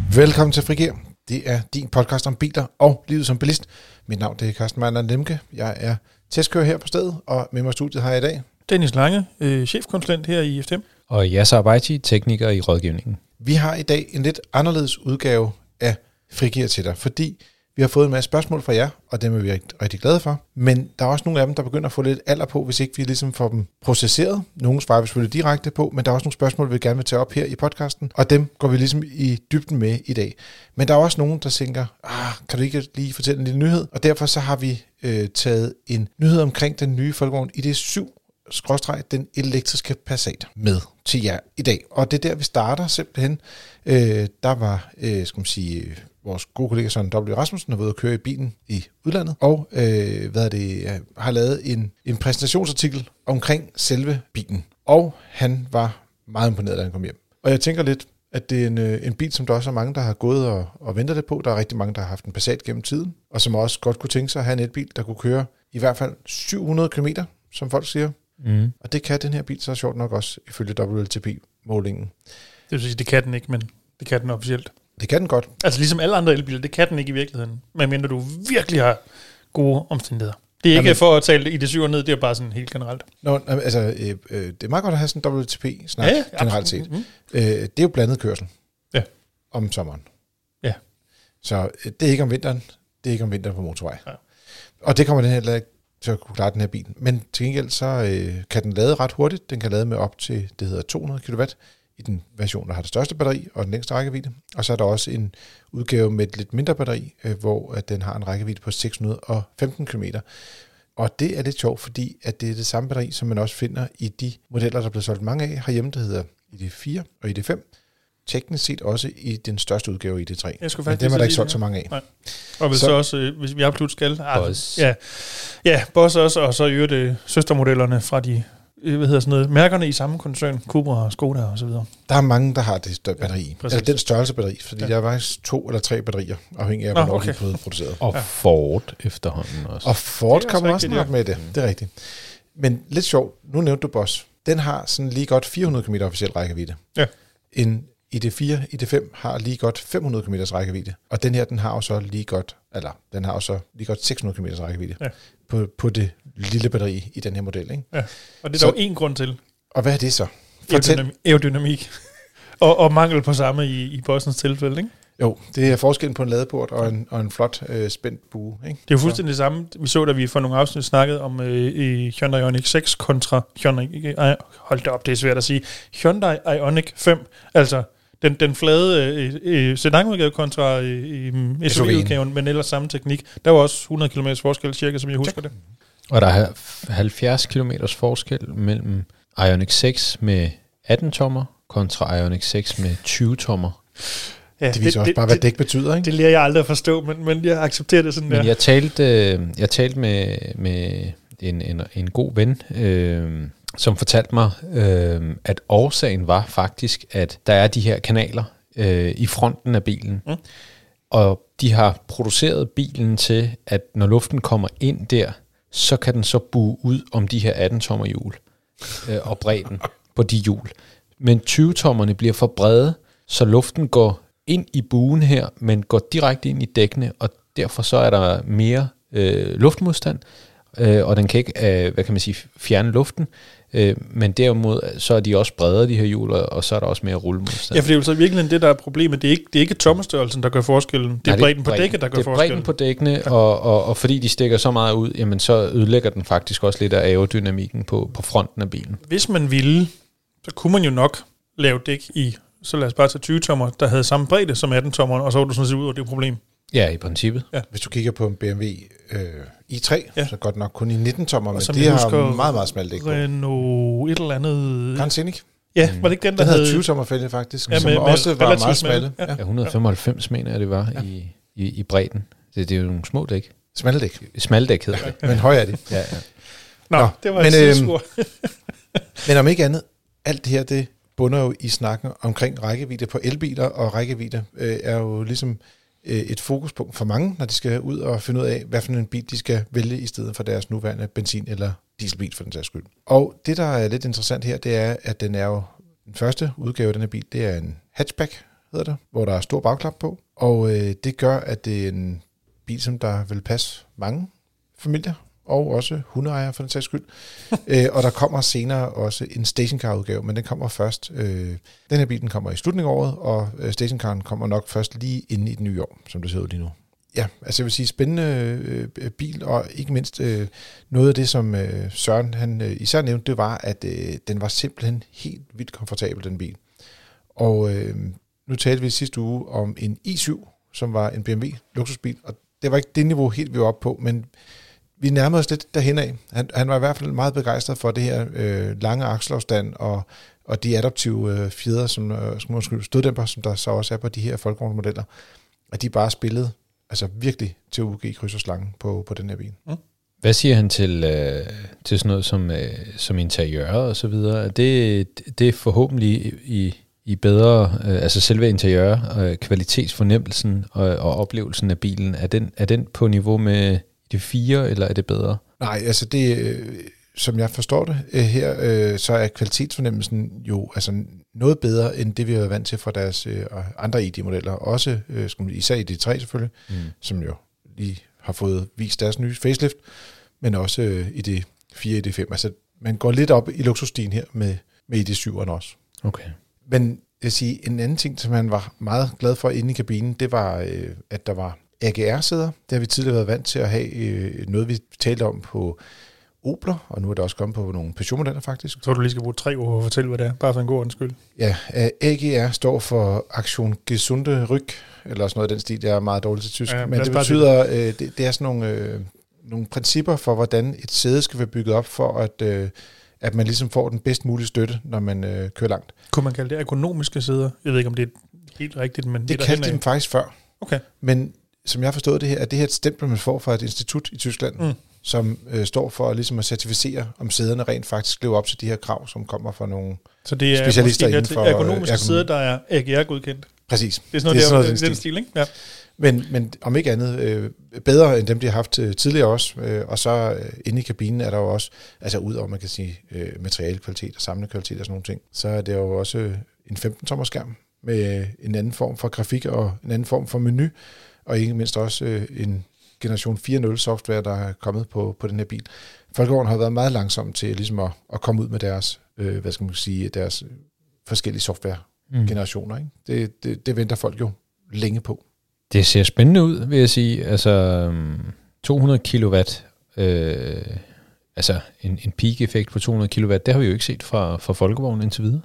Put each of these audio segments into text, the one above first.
Velkommen til Frigir. Det er din podcast om biler og livet som bilist. Mit navn er Carsten Meiner Lemke. Jeg er testkører her på stedet, og med mig i studiet har jeg i dag Dennis Lange, chefkonsulent her i FTM. Og Yasser Abaiti, tekniker i rådgivningen. Vi har i dag en lidt anderledes udgave af Frigir til dig, fordi vi har fået en masse spørgsmål fra jer, og dem er vi rigtig glade for. Men der er også nogle af dem, der begynder at få lidt alder på, hvis ikke vi ligesom får dem processeret. Nogle svarer vi selvfølgelig direkte på, men der er også nogle spørgsmål, vi gerne vil tage op her i podcasten, og dem går vi ligesom i dybden med i dag. Men der er også nogen, der tænker, kan du ikke lige fortælle en lille nyhed? Og derfor så har vi taget en nyhed omkring den nye Folkevogn ID.7 / den elektriske Passat med til jer i dag. Og det er der, vi starter simpelthen. Der var, vores gode kollega Søren W. Rasmussen har været at køre i bilen i udlandet, og har lavet en præsentationsartikel omkring selve bilen. Og han var meget imponeret, da han kom hjem. Og jeg tænker lidt, at det er en bil, som der også er mange, der har gået og ventet lidt på. Der er rigtig mange, der har haft en Passat gennem tiden, og som også godt kunne tænke sig at have en elbil, der kunne køre i hvert fald 700 km, som folk siger. Mm. Og det kan den her bil så sjovt nok også, ifølge WLTP-målingen. Det vil sige, det kan den ikke, men det kan den officielt. Det kan den godt. Altså ligesom alle andre elbiler, det kan den ikke i virkeligheden. Medmindre du virkelig har gode omstændigheder. Det er ikke for at tale ID.7 ned, det er bare sådan helt generelt. Det er meget godt at have sådan en WLTP-snak generelt set. Mm. Det er jo blandet kørsel om sommeren. Ja. Så det er ikke om vinteren. Det er ikke om vinteren på motorvej. Ja. Og det kommer den her til at kunne klare den her bil. Men til gengæld så kan den lade ret hurtigt. Den kan lade med op til, det hedder 200 kW i den version, der har det største batteri og den længste rækkevidde. Og så er der også en udgave med et lidt mindre batteri, hvor den har en rækkevidde på 615 km. Og det er lidt sjovt, fordi at det er det samme batteri, som man også finder i de modeller, der er blevet solgt mange af herhjemme, der hedder ID.4 og ID.5. Teknisk set også i den største udgave i ID.3. Men dem er der ikke solgt så mange af. Nej. Og hvis så også, hvis vi absolut skal... Boss. Ja, Boss også, og så i øvrigt søstermodellerne fra de mærkerne i samme koncern, Cupra og Skoda og så videre. Der er mange, der har det batteri. Eller den størrelse batteri, fordi der er faktisk 2 eller 3 batterier, afhængig af, hvornår de er blevet produceret. Og Ford efterhånden også. Og Ford kommer også nok med det. Det er rigtigt. Men lidt sjovt, nu nævnte du Boss. Den har sådan lige godt 400 km officiel rækkevidde. Ja. En ID.4, ID.5 har lige godt 500 km rækkevidde, og den her, den har jo så lige godt 600 km rækkevidde på det lille batteri i den her model, ikke? Ja. Og det er dog en grund til. Og hvad er det så? Aerodynamik. og mangel på samme i Bossens tilfælde, ikke? Jo, det er forskellen på en ladeport og en flot spændt bue, ikke? Det er jo fuldstændig det samme. Vi så, da vi for nogle afsnit snakkede om Hyundai Ioniq 6 kontra Hyundai... Hold da op, det er svært at sige. Hyundai Ioniq 5, altså den flade sedanudgave kontra SUV-udgaven, men ellers samme teknik. Der var også 100 km forskel cirka, som jeg husker det. Og der er 70 km forskel mellem Ioniq 6 med 18 tommer kontra Ioniq 6 med 20 tommer. Ja, det viser også bare, hvad dæk betyder, ikke? Det lærer jeg aldrig at forstå, men jeg accepterer det sådan men der. Jeg talte med en god ven, som fortalte mig, at årsagen var faktisk, at der er de her kanaler i fronten af bilen. Mm. Og de har produceret bilen til, at når luften kommer ind der, så kan den så bue ud om de her 18-tommer hjul og bredden på de hjul. Men 20-tommerne bliver for brede, så luften går ind i buen her, men går direkte ind i dækkene, og derfor så er der mere luftmodstand, og den kan ikke, fjerne luften, men derimod så er de også bredere, de her hjul, og så er der også mere rullemodstand. Ja, for det er jo så virkelig det, der er problemet. Det er ikke tommerstørrelsen, der gør forskellen. Det er bredden på dækket, der gør forskellen. Det er bredden på dækkene, og fordi de stikker så meget ud, jamen så ødelægger den faktisk også lidt af aerodynamikken på fronten af bilen. Hvis man ville, så kunne man jo nok lave dæk i, så lad os bare tage 20-tommer, der havde samme bredde som 18-tommeren, og så var du sådan set ud af det problem. Ja, i princippet. Ja. Hvis du kigger på en BMW i3, så godt nok kun i 19-tommer, men de har meget, meget smalt dæk på. Renault et eller andet... Grand Scenic. Ja, var det ikke den, der havde 20-tommer fælde faktisk, som også var meget smalle. Ja, 195 mener jeg, det var i bredden. Det er jo nogle små dæk. Smaldæk hedder det. Men højere er det. Ja. Nå, det var et sidespor. Men om ikke andet, alt det her, det bunder jo i snakken omkring rækkevidde på elbiler, og rækkevidde er jo ligesom et fokuspunkt for mange, når de skal ud og finde ud af, hvad for en bil de skal vælge i stedet for deres nuværende benzin- eller dieselbil for den sags skyld. Og det, der er lidt interessant her, det er, at den er jo den første udgave af den her bil, det er en hatchback, hedder det, hvor der er stor bagklap på. Og det gør, at det er en bil, som der vil passe mange familier, og også hundeejere for den sags skyld. Og der kommer senere også en stationcar-udgave, men den kommer først. Den her bil den kommer i slutningen af året, og stationcaren kommer nok først lige inde i det nye år, som det ser ud lige nu. Ja, altså jeg vil sige spændende bil, og ikke mindst noget af det, som Søren han især nævnte, det var, at den var simpelthen helt vildt komfortabel, den bil. Og nu talte vi sidste uge om en i7, som var en BMW luksusbil, og det var ikke det niveau helt, vi var oppe på, men vi nærmede os lidt derhen af. Han var i hvert fald meget begejstret for det her lange akselafstand og de adaptive fjeder, som støddæmper, som der så også er på de her folkevognsmodeller, at de bare spillede altså virkelig til UG kryds og slange på den her bil. Hvad siger han til sådan noget som interiør og så videre? Det er forhåbentlig i bedre, altså selve interiør, kvalitetsfornemmelsen og oplevelsen af bilen, er den på niveau med det 4, eller er det bedre? Nej, altså det, som jeg forstår det her, så er kvalitetsfornemmelsen jo altså noget bedre, end det vi har været vant til fra deres andre ID-modeller. Også især ID3 selvfølgelig, som jo lige har fået vist deres nye facelift, men også ID4, ID5. Altså man går lidt op i luksusstigen her med ID7'eren også. Okay. Men jeg vil sige, en anden ting, som han var meget glad for inde i kabinen, det var, at der var AGR-sæder. Det har vi tidligere været vant til at have noget, vi talte om på Opler, og nu er det også kommet på nogle Peugeot-modeller faktisk. Så du lige skal bruge 3 ord for at fortælle, hvad det er, bare for en god undskyld. Ja, AGR står for Aktion Gesunde Ryg, eller sådan noget af den stil, jeg er meget dårlig til tysk. Ja, men det betyder, det er sådan nogle principper for, hvordan et sæde skal være bygget op, for at man ligesom får den bedst mulige støtte, når man kører langt. Kunne man kalde det ergonomiske sæder? Jeg ved ikke, om det er helt rigtigt, men det kaldte de dem faktisk før. Okay. Men som jeg har forstået det her, er det her et stempel, man får fra et institut i Tyskland, som står for ligesom at certificere, om sæderne rent faktisk lever op til de her krav, som kommer fra nogle specialister inden for ergonomiske sæder, der er AGR-godkendt. Præcis. Det er sådan noget, den stil, ikke? Ja. Men om ikke andet, bedre end dem, de har haft tidligere også. Og så inde i kabinen er der jo også, altså ud over, man kan sige, materialekvalitet og samlekvalitet og sådan nogle ting, så er det jo også en 15-tommer skærm med en anden form for grafik og en anden form for menu, og ikke mindst også en generation 4.0 software, der er kommet på den her bil. Folkevogn har været meget langsom til ligesom at komme ud med deres, hvad skal man sige, deres forskellige software-generationer. Ikke? Det venter folk jo længe på. Det ser spændende ud, vil jeg sige. Altså 200 kilowatt, altså en peak-effekt på 200 kilowatt, det har vi jo ikke set fra Folkevogn indtil videre.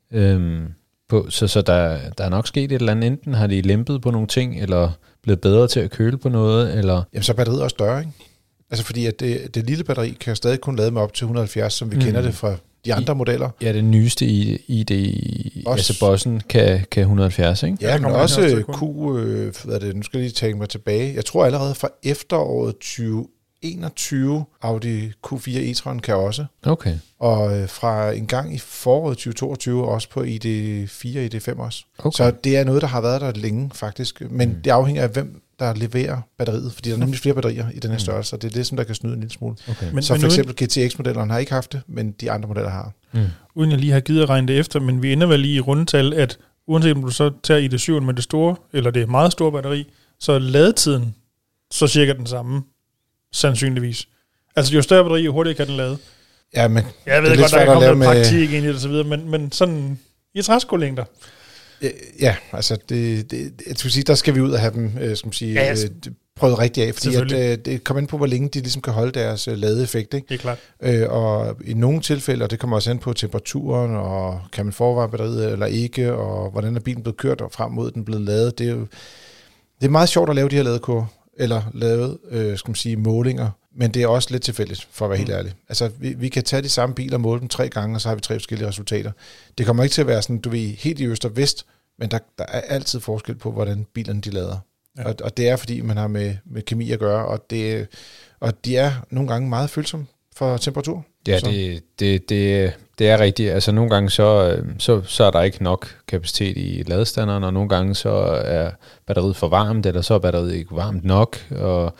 Så der er nok sket et eller andet. Enten har de lempet på nogle ting, eller blevet bedre til at køle på noget, eller... Jamen, så er batteriet også større, ikke? Altså, fordi at det lille batteri kan stadig kun lade med op til 170, som vi kender det fra de andre modeller. Ja, den nyeste ID, altså Bossen, kan 170, ikke? Ja, men også nu skal jeg lige tænke mig tilbage. Jeg tror allerede fra efteråret 2021, Audi Q4 e-tron kan også. Okay. Og fra en gang i foråret 2022 også på ID4 og ID5 også. Okay. Så det er noget, der har været der længe faktisk. Men det afhænger af, hvem der leverer batteriet, fordi der er nemlig flere batterier i den her størrelse, og det er det, som der kan snyde en lille smule. Okay. Så for eksempel GTX-modellerne har ikke haft det, men de andre modeller har. Uden jeg lige har givet at regne det efter, men vi ender vel lige i rundetal, at uanset om du så tager ID7 med det store, eller det meget store batteri, så er ladetiden så cirka den samme, sandsynligvis. Altså jo større batteri, jo hurtigere kan den lade. Ja, men jeg ved godt, der er kommet noget praktik ind i det og så videre, men sådan i træskolængder. Ja, altså jeg skulle sige, der skal vi ud og have dem, prøvet rigtigt af, fordi at, det kommer ind på, hvor længe de ligesom kan holde deres ladeeffekt, ikke? Det er klart. Og i nogle tilfælde, og det kommer også an på temperaturen, og kan man forvarme batteriet eller ikke, og hvordan er bilen blevet kørt og frem mod den blevet ladet. Det er meget sjovt at lave de her ladekurver, eller lave, målinger, men det er også lidt tilfældigt, for at være helt ærlig. Altså, vi kan tage de samme biler og måle dem 3 gange, og så har vi 3 forskellige resultater. Det kommer ikke til at være sådan, du ved, helt i øst og vest, men der er altid forskel på, hvordan bilerne de lader. Ja. Og det er, fordi man har med kemi at gøre, og de er nogle gange meget følsomme for temperatur. Ja, det er rigtigt. Altså nogle gange så er der ikke nok kapacitet i ladestanderen, og nogle gange så er batteriet for varmt, eller så er batteriet ikke varmt nok, og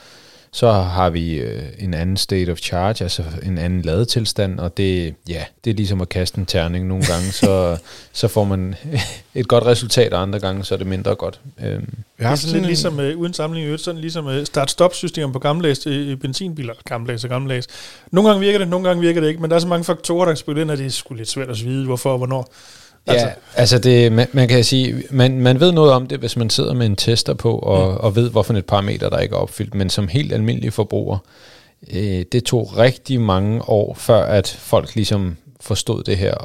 Så har vi en anden state of charge, altså en anden ladetilstand, og det er ligesom at kaste en terning nogle gange, så får man et godt resultat, og andre gange så er det mindre godt. Det er sådan lidt ligesom, uden sammenligning, sådan ligesom start-stop-systemer på gammeldags benzinbiler, gammeldags. Nogle gange virker det, nogle gange virker det ikke, men der er så mange faktorer, der kan spille ind, at det er sgu lidt svært at vide, hvorfor og hvornår. Ja, altså det, man kan sige, man ved noget om det, hvis man sidder med en tester på, og ved, hvorfor et parameter, der ikke er opfyldt, men som helt almindelig forbruger, det tog rigtig mange år, før at folk ligesom forstod det her,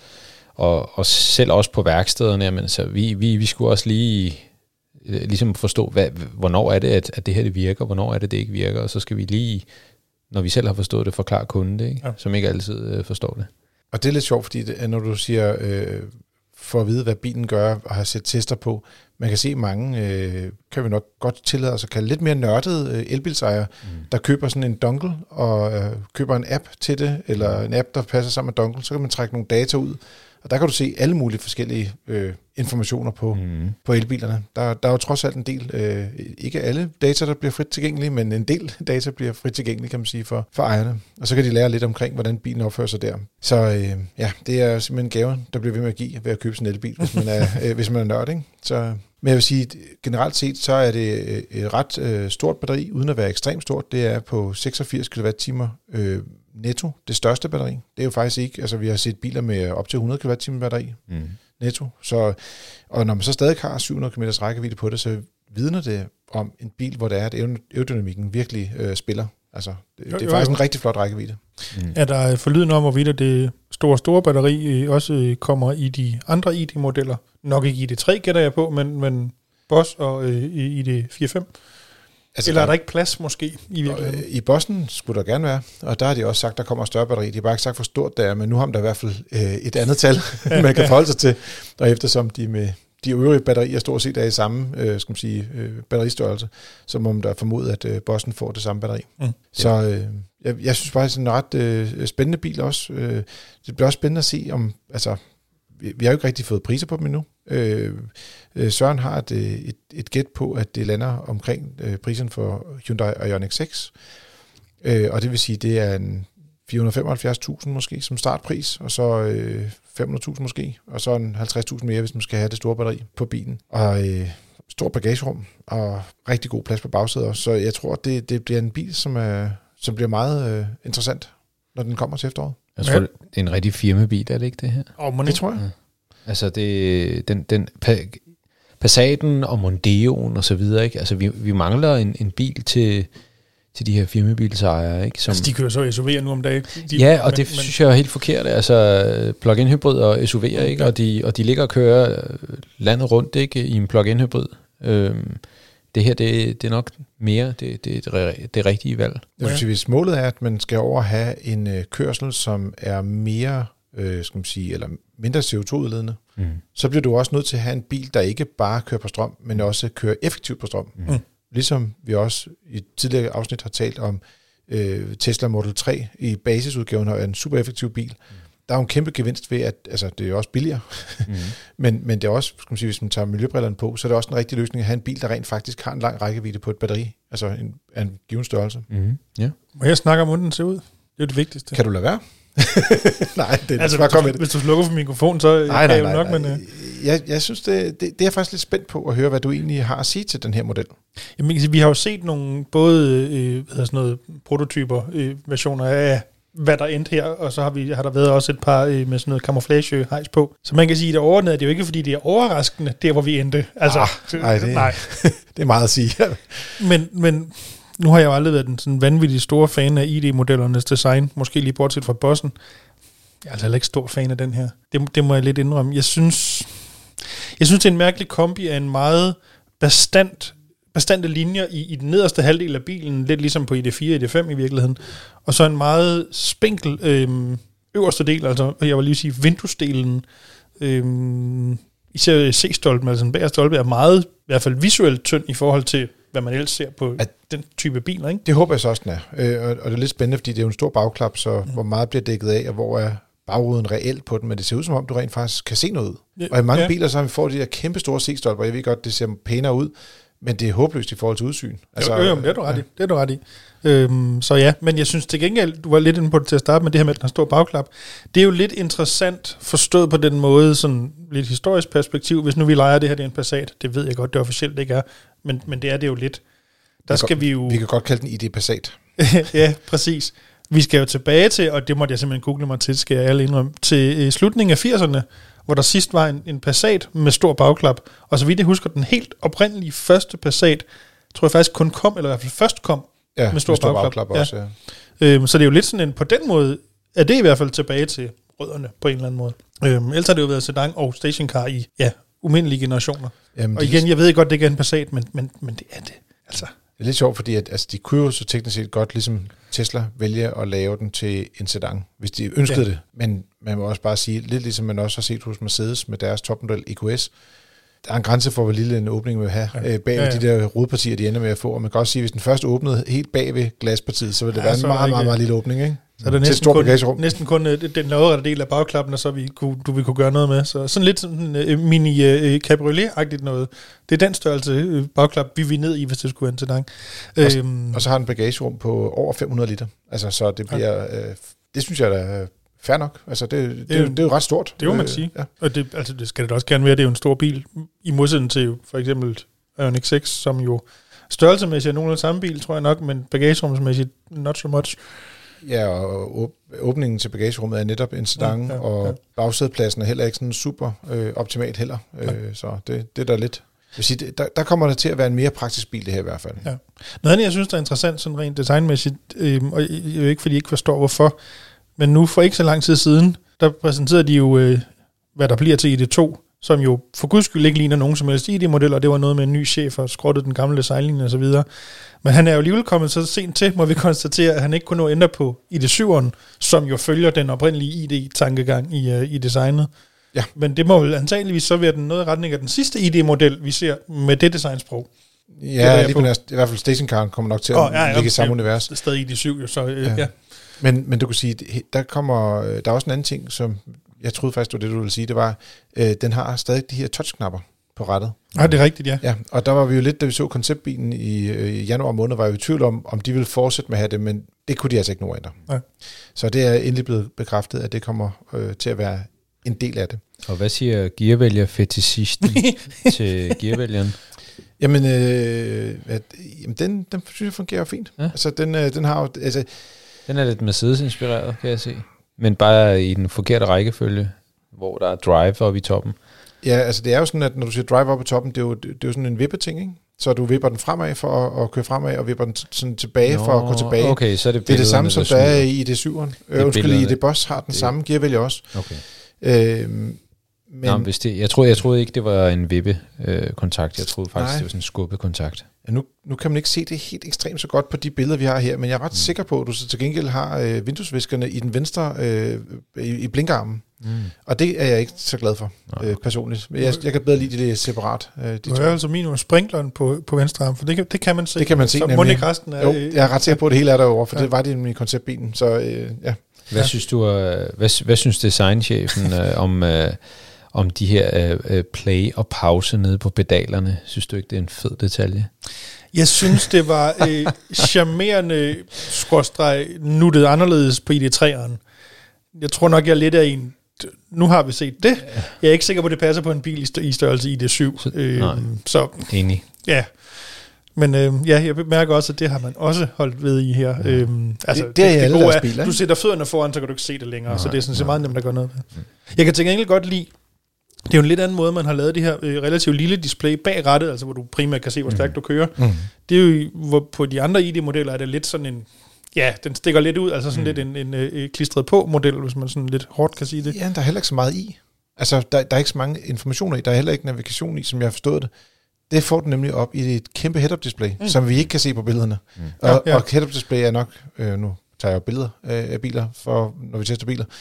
og selv også på værkstederne, men så vi skulle også lige ligesom forstå, hvornår er det, at det her det virker, hvornår er det ikke virker, og så skal vi lige, når vi selv har forstået det, forklare kunden det, ikke? Ja. Som ikke altid forstår det. Og det er lidt sjovt, fordi når du siger, for at vide, hvad bilen gør, og har set tester på, man kan se mange, kan vi nok godt tillade os at kalde lidt mere nørdede elbilsejere, der køber sådan en dongle, og køber en app til det, eller en app, der passer sammen med dongle, så kan man trække nogle data ud, og der kan du se alle mulige forskellige informationer på elbilerne. Der er jo trods alt en del, ikke alle data, der bliver frit tilgængelige, men en del data bliver frit tilgængelige, kan man sige, for ejerne. Og så kan de lære lidt omkring, hvordan bilen opfører sig der. Så det er simpelthen en gave, der bliver ved med at give ved at købe sådan en elbil, hvis man er nørd, ikke? Så, men jeg vil sige, generelt set, så er det et ret stort batteri, uden at være ekstremt stort. Det er på 86 kWh netto, det største batteri. Det er jo faktisk ikke, altså vi har set biler med op til 100 kWh batteri netto. Så, og når man så stadig har 700 km rækkevidde på det, så vidner det om en bil, hvor det er, at aerodynamikken virkelig spiller. Altså, det er faktisk en rigtig flot rækkevidde. Er der forlyden om, hvorvidt det store batteri også kommer i de andre ID-modeller? Nok ikke i det 3, gætter jeg på, men Boss og i det 4-5? Altså, eller er der ikke plads måske i virkeligheden? I Bossen skulle der gerne være, og der har de også sagt, der kommer større batteri. De har bare ikke sagt, hvor stort det er, men nu har man der i hvert fald et andet tal, man kan forholde sig til. Og eftersom de med de øvrige batterier stort set er i samme batteristørrelse, så må man da formode, at Bossen får det samme batteri. Så jeg synes faktisk, det er en ret spændende bil også. Det bliver også spændende at se, om... Altså, vi har jo ikke rigtig fået priser på dem endnu. Søren har et gæt på, at det lander omkring prisen for Hyundai Ioniq 6. Og det vil sige, det er en 475.000 måske som startpris, og så 500.000 måske, og så en 50.000 mere, hvis man skal have det store batteri på bilen. Og stor bagagerum, og rigtig god plads på bagsædet også. Så jeg tror, det bliver en bil, som bliver meget interessant, når den kommer til efteråret. Jeg tror, det er en rigtig firmabil, er det ikke det her? Det tror jeg. Ja. Altså, den Passaten og Mondeoen og så videre, ikke? Altså, vi mangler en bil til de her firmabilsejere, ikke? Altså, de kører så SUV'er nu om dagen. Det synes jeg er helt forkert. Altså, plug-in hybrid og SUV'er, ikke? Og de ligger og kører landet rundt, ikke? I en plug-in hybrid. Det her, det er nok mere det rigtige valg. Det vil sige, hvis målet er, at man skal over have en kørsel, som er mere, skal man sige, eller mindre CO2-udledende, så bliver du også nødt til at have en bil, der ikke bare kører på strøm, men også kører effektivt på strøm. Ligesom vi også i et tidligere afsnit har talt om Tesla Model 3 i basisudgaven er en super effektiv bil. Der er jo en kæmpe gevinst ved, at altså, det er også billigere, men det er også, skal man sige, hvis man tager miljøbrillerne på, så er det også en rigtig løsning at have en bil, der rent faktisk har en lang rækkevidde på et batteri, altså en given størrelse. Ja. Må jeg snakke om, hvordan den ser ud? Det er det vigtigste. Kan du lade være? Nej, det altså, bare komme med det. Hvis du slukker for mikrofonen, så kan jeg jo nok, men... Jeg synes, det er jeg faktisk lidt spændt på at høre, hvad du egentlig har at sige til den her model. Jamen, vi har jo set nogle både prototyper, versioner af hvad der endte her, og så har der været også et par med sådan noget camouflage hejs på. Så man kan sige, at det overordnede, det er jo ikke, fordi det er overraskende, der hvor vi endte. Altså, nej. Det er meget at sige. men nu har jeg jo aldrig været den sådan vanvittigt store fan af ID-modellernes design, måske lige bortset fra Bossen. Jeg er altså heller ikke stor fan af den her. Det må jeg lidt indrømme. Jeg synes, det er en mærkelig kombi af en meget bastante linjer i den nederste halvdel af bilen, lidt ligesom på ID4 og ID5 i virkeligheden, og så en meget spinkel øverste del, altså jeg vil lige sige vinduesdelen, især C-stolpen, altså den bagerste stolpe, er meget, i hvert fald visuelt tynd i forhold til, hvad man ellers ser på den type biler, ikke? Det håber jeg så også, den er. Og det er lidt spændende, fordi det er jo en stor bagklap, så hvor meget bliver dækket af, og hvor er bagruden reelt på den, men det ser ud som om, du rent faktisk kan se noget ud. Og i mange biler, så får de der kæmpe store C-stolper, jeg ved godt, det ser pænere ud, Men det er håbløst i forhold til udsyn. Altså, jo, det er du ret i. Det er du ret i. Så ja, men jeg synes til gengæld, du var lidt inde på det til at starte med det her med, at den har stor bagklap. Det er jo lidt interessant forstået på den måde, sådan lidt historisk perspektiv. Hvis nu vi leger det her, det er en Passat. Det ved jeg godt, det officielt ikke er. Men det er det jo lidt. Der skal vi jo... Vi kan godt kalde den ID Passat. Ja, præcis. Vi skal jo tilbage til, og det måtte jeg simpelthen google mig til, skal jeg alle indrømme, til slutningen af 80'erne, hvor der sidst var en Passat med stor bagklap. Og så vidt jeg husker, den helt oprindelige første Passat, tror jeg faktisk kun kom, eller i hvert fald først kom, med stor bagklap også, ja. Så det er jo lidt sådan en, på den måde, er det i hvert fald tilbage til rødderne på en eller anden måde. Ellers har det jo været sedan og stationcar i, umindelige generationer. Jamen, og igen, jeg ved godt, det ikke er en Passat, men det er det. Altså. Det er lidt sjovt, fordi de kunne jo så teknisk set godt, ligesom Tesla, vælge at lave den til en sedan, hvis de ønskede det. Men man må også bare sige, lidt ligesom man også har set hos Mercedes med deres topmodel EQS, der er en grænse for, hvor lille en åbning vil have bag de der rodpartier, de ender med at få. Og man kan også sige, hvis den først åbnede helt bag ved glaspartiet, så vil det være en meget lille åbning, ikke? Så er det næsten kun den lavere del af bagklappen, og så du vil kunne gøre noget med. Så sådan lidt sådan mini cabriolet-agtigt noget. Det er den størrelse bagklap, vi vil ned i, hvis det skulle være en sedan. Og så har den bagagerum på over 500 liter. Altså, så det bliver... det synes jeg er fair nok. Altså, det er jo ret stort. Det må man sige. Ja. Og det skal det da også gerne være. Det er jo en stor bil, i modsætning til for eksempel Ioniq 6, som jo størrelsemæssigt er nogenlunde samme bil, tror jeg nok, men bagagerumsmæssigt not so much. Ja, og åbningen til bagagerummet er netop en sedan, og bagsædepladsen er heller ikke sådan super optimalt heller. Så det der lidt... Jeg vil sige, der kommer der til at være en mere praktisk bil, det her i hvert fald. Ja. Noget andet, jeg synes, der er interessant, sådan rent designmæssigt, og jo ikke, fordi jeg ikke forstår, hvorfor, men nu for ikke så lang tid siden, der præsenterede de jo, hvad der bliver til ID2, som jo for guds skyld ikke ligner nogen som helst ID-model, og det var noget med en ny chef og skrottet den gamle designlinje og så videre. Men han er jo alligevel kommet så sent til, må vi konstatere, at han ikke kunne nå at ændre på ID7'eren, som jo følger den oprindelige ID-tankegang i designet. Ja. Men det må vel antageligvis så være den noget i retning af den sidste ID-model, vi ser med det designsprog. Ja, i hvert fald stationcaren kommer nok til at ligge i samme univers. Det er stadig ID7, jo, så ja. Men du kan sige, der er også en anden ting, som jeg troede faktisk, det var det, du ville sige, det var, den har stadig de her touchknapper på rattet. Ja, det er rigtigt, ja. Ja, og der var vi jo lidt, da vi så konceptbilen i januar måned, var vi i tvivl om de ville fortsætte med at have det, men det kunne de altså ikke nå ændre. Ja. Så det er endelig blevet bekræftet, at det kommer til at være en del af det. Og hvad siger gearvælger-fetishisten til gearvælgeren? Jamen, den synes jeg fungerer fint. Ja. Altså, den har jo... Altså, den er lidt Mercedes-inspireret, kan jeg se. Men bare i den forkerte rækkefølge, hvor der er drive oppe i toppen. Ja, altså det er jo sådan, at når du siger drive oppe i toppen, det er jo sådan en vippeting, ikke? Så du vipper den fremad for at køre fremad, og vipper den sådan tilbage for at gå tilbage. Okay, så er det det samme, som der er i ID7'eren. Undskyld, ID Boss har den samme gearvælger også. Okay. Men jeg troede ikke, det var en vippe-kontakt. Jeg troede faktisk, det var sådan en skubbet-kontakt. Ja, nu kan man ikke se det helt ekstremt så godt på de billeder, vi har her, men jeg er ret sikker på, at du så til gengæld har vinduesviskerne i den venstre i blinkarmen. Og det er jeg ikke så glad for, personligt. Jeg kan bedre lide det separat. Du har altså minus sprinkleren på venstre arm, for det kan man se. Det kan man se, så må ikke resten af... Jo, jeg er ret sikker på, at det hele er derovre, for det var det i konceptbilen. Så ja. Hvad synes du? Hvad synes designchefen om de her play og pause nede på pedalerne? Synes du ikke, det er en fed detalje? Jeg synes, det var charmerende nuttet anderledes på ID3'eren. Jeg tror nok, jeg lidt er en... Nu har vi set det. Jeg er ikke sikker på, at det passer på en bil i størrelse ID7. Så enig. Ja. Men jeg bemærker også, at det har man også holdt ved i her. Altså, det er alle deres biler. Du sætter fødderne foran, så kan du ikke se det længere. Så det er sådan set meget nemt at gøre noget med. Jeg kan til gengæld godt lide, det er jo en lidt anden måde, man har lavet det her relativt lille display bag rattet, altså hvor du primært kan se, hvor stærkt du kører. Det er jo, hvor på de andre ID-modeller er det lidt sådan en... Ja, den stikker lidt ud, altså sådan lidt en klistret på model, hvis man sådan lidt hårdt kan sige det. Ja, der er heller ikke så meget i. Altså, der er ikke så mange informationer i. Der er heller ikke navigation i, som jeg har forstået det. Det får den nemlig op i et kæmpe head-up display, som vi ikke kan se på billederne. Og head-up display er nok, nu tager jeg jo billeder af biler, for når vi tester biler.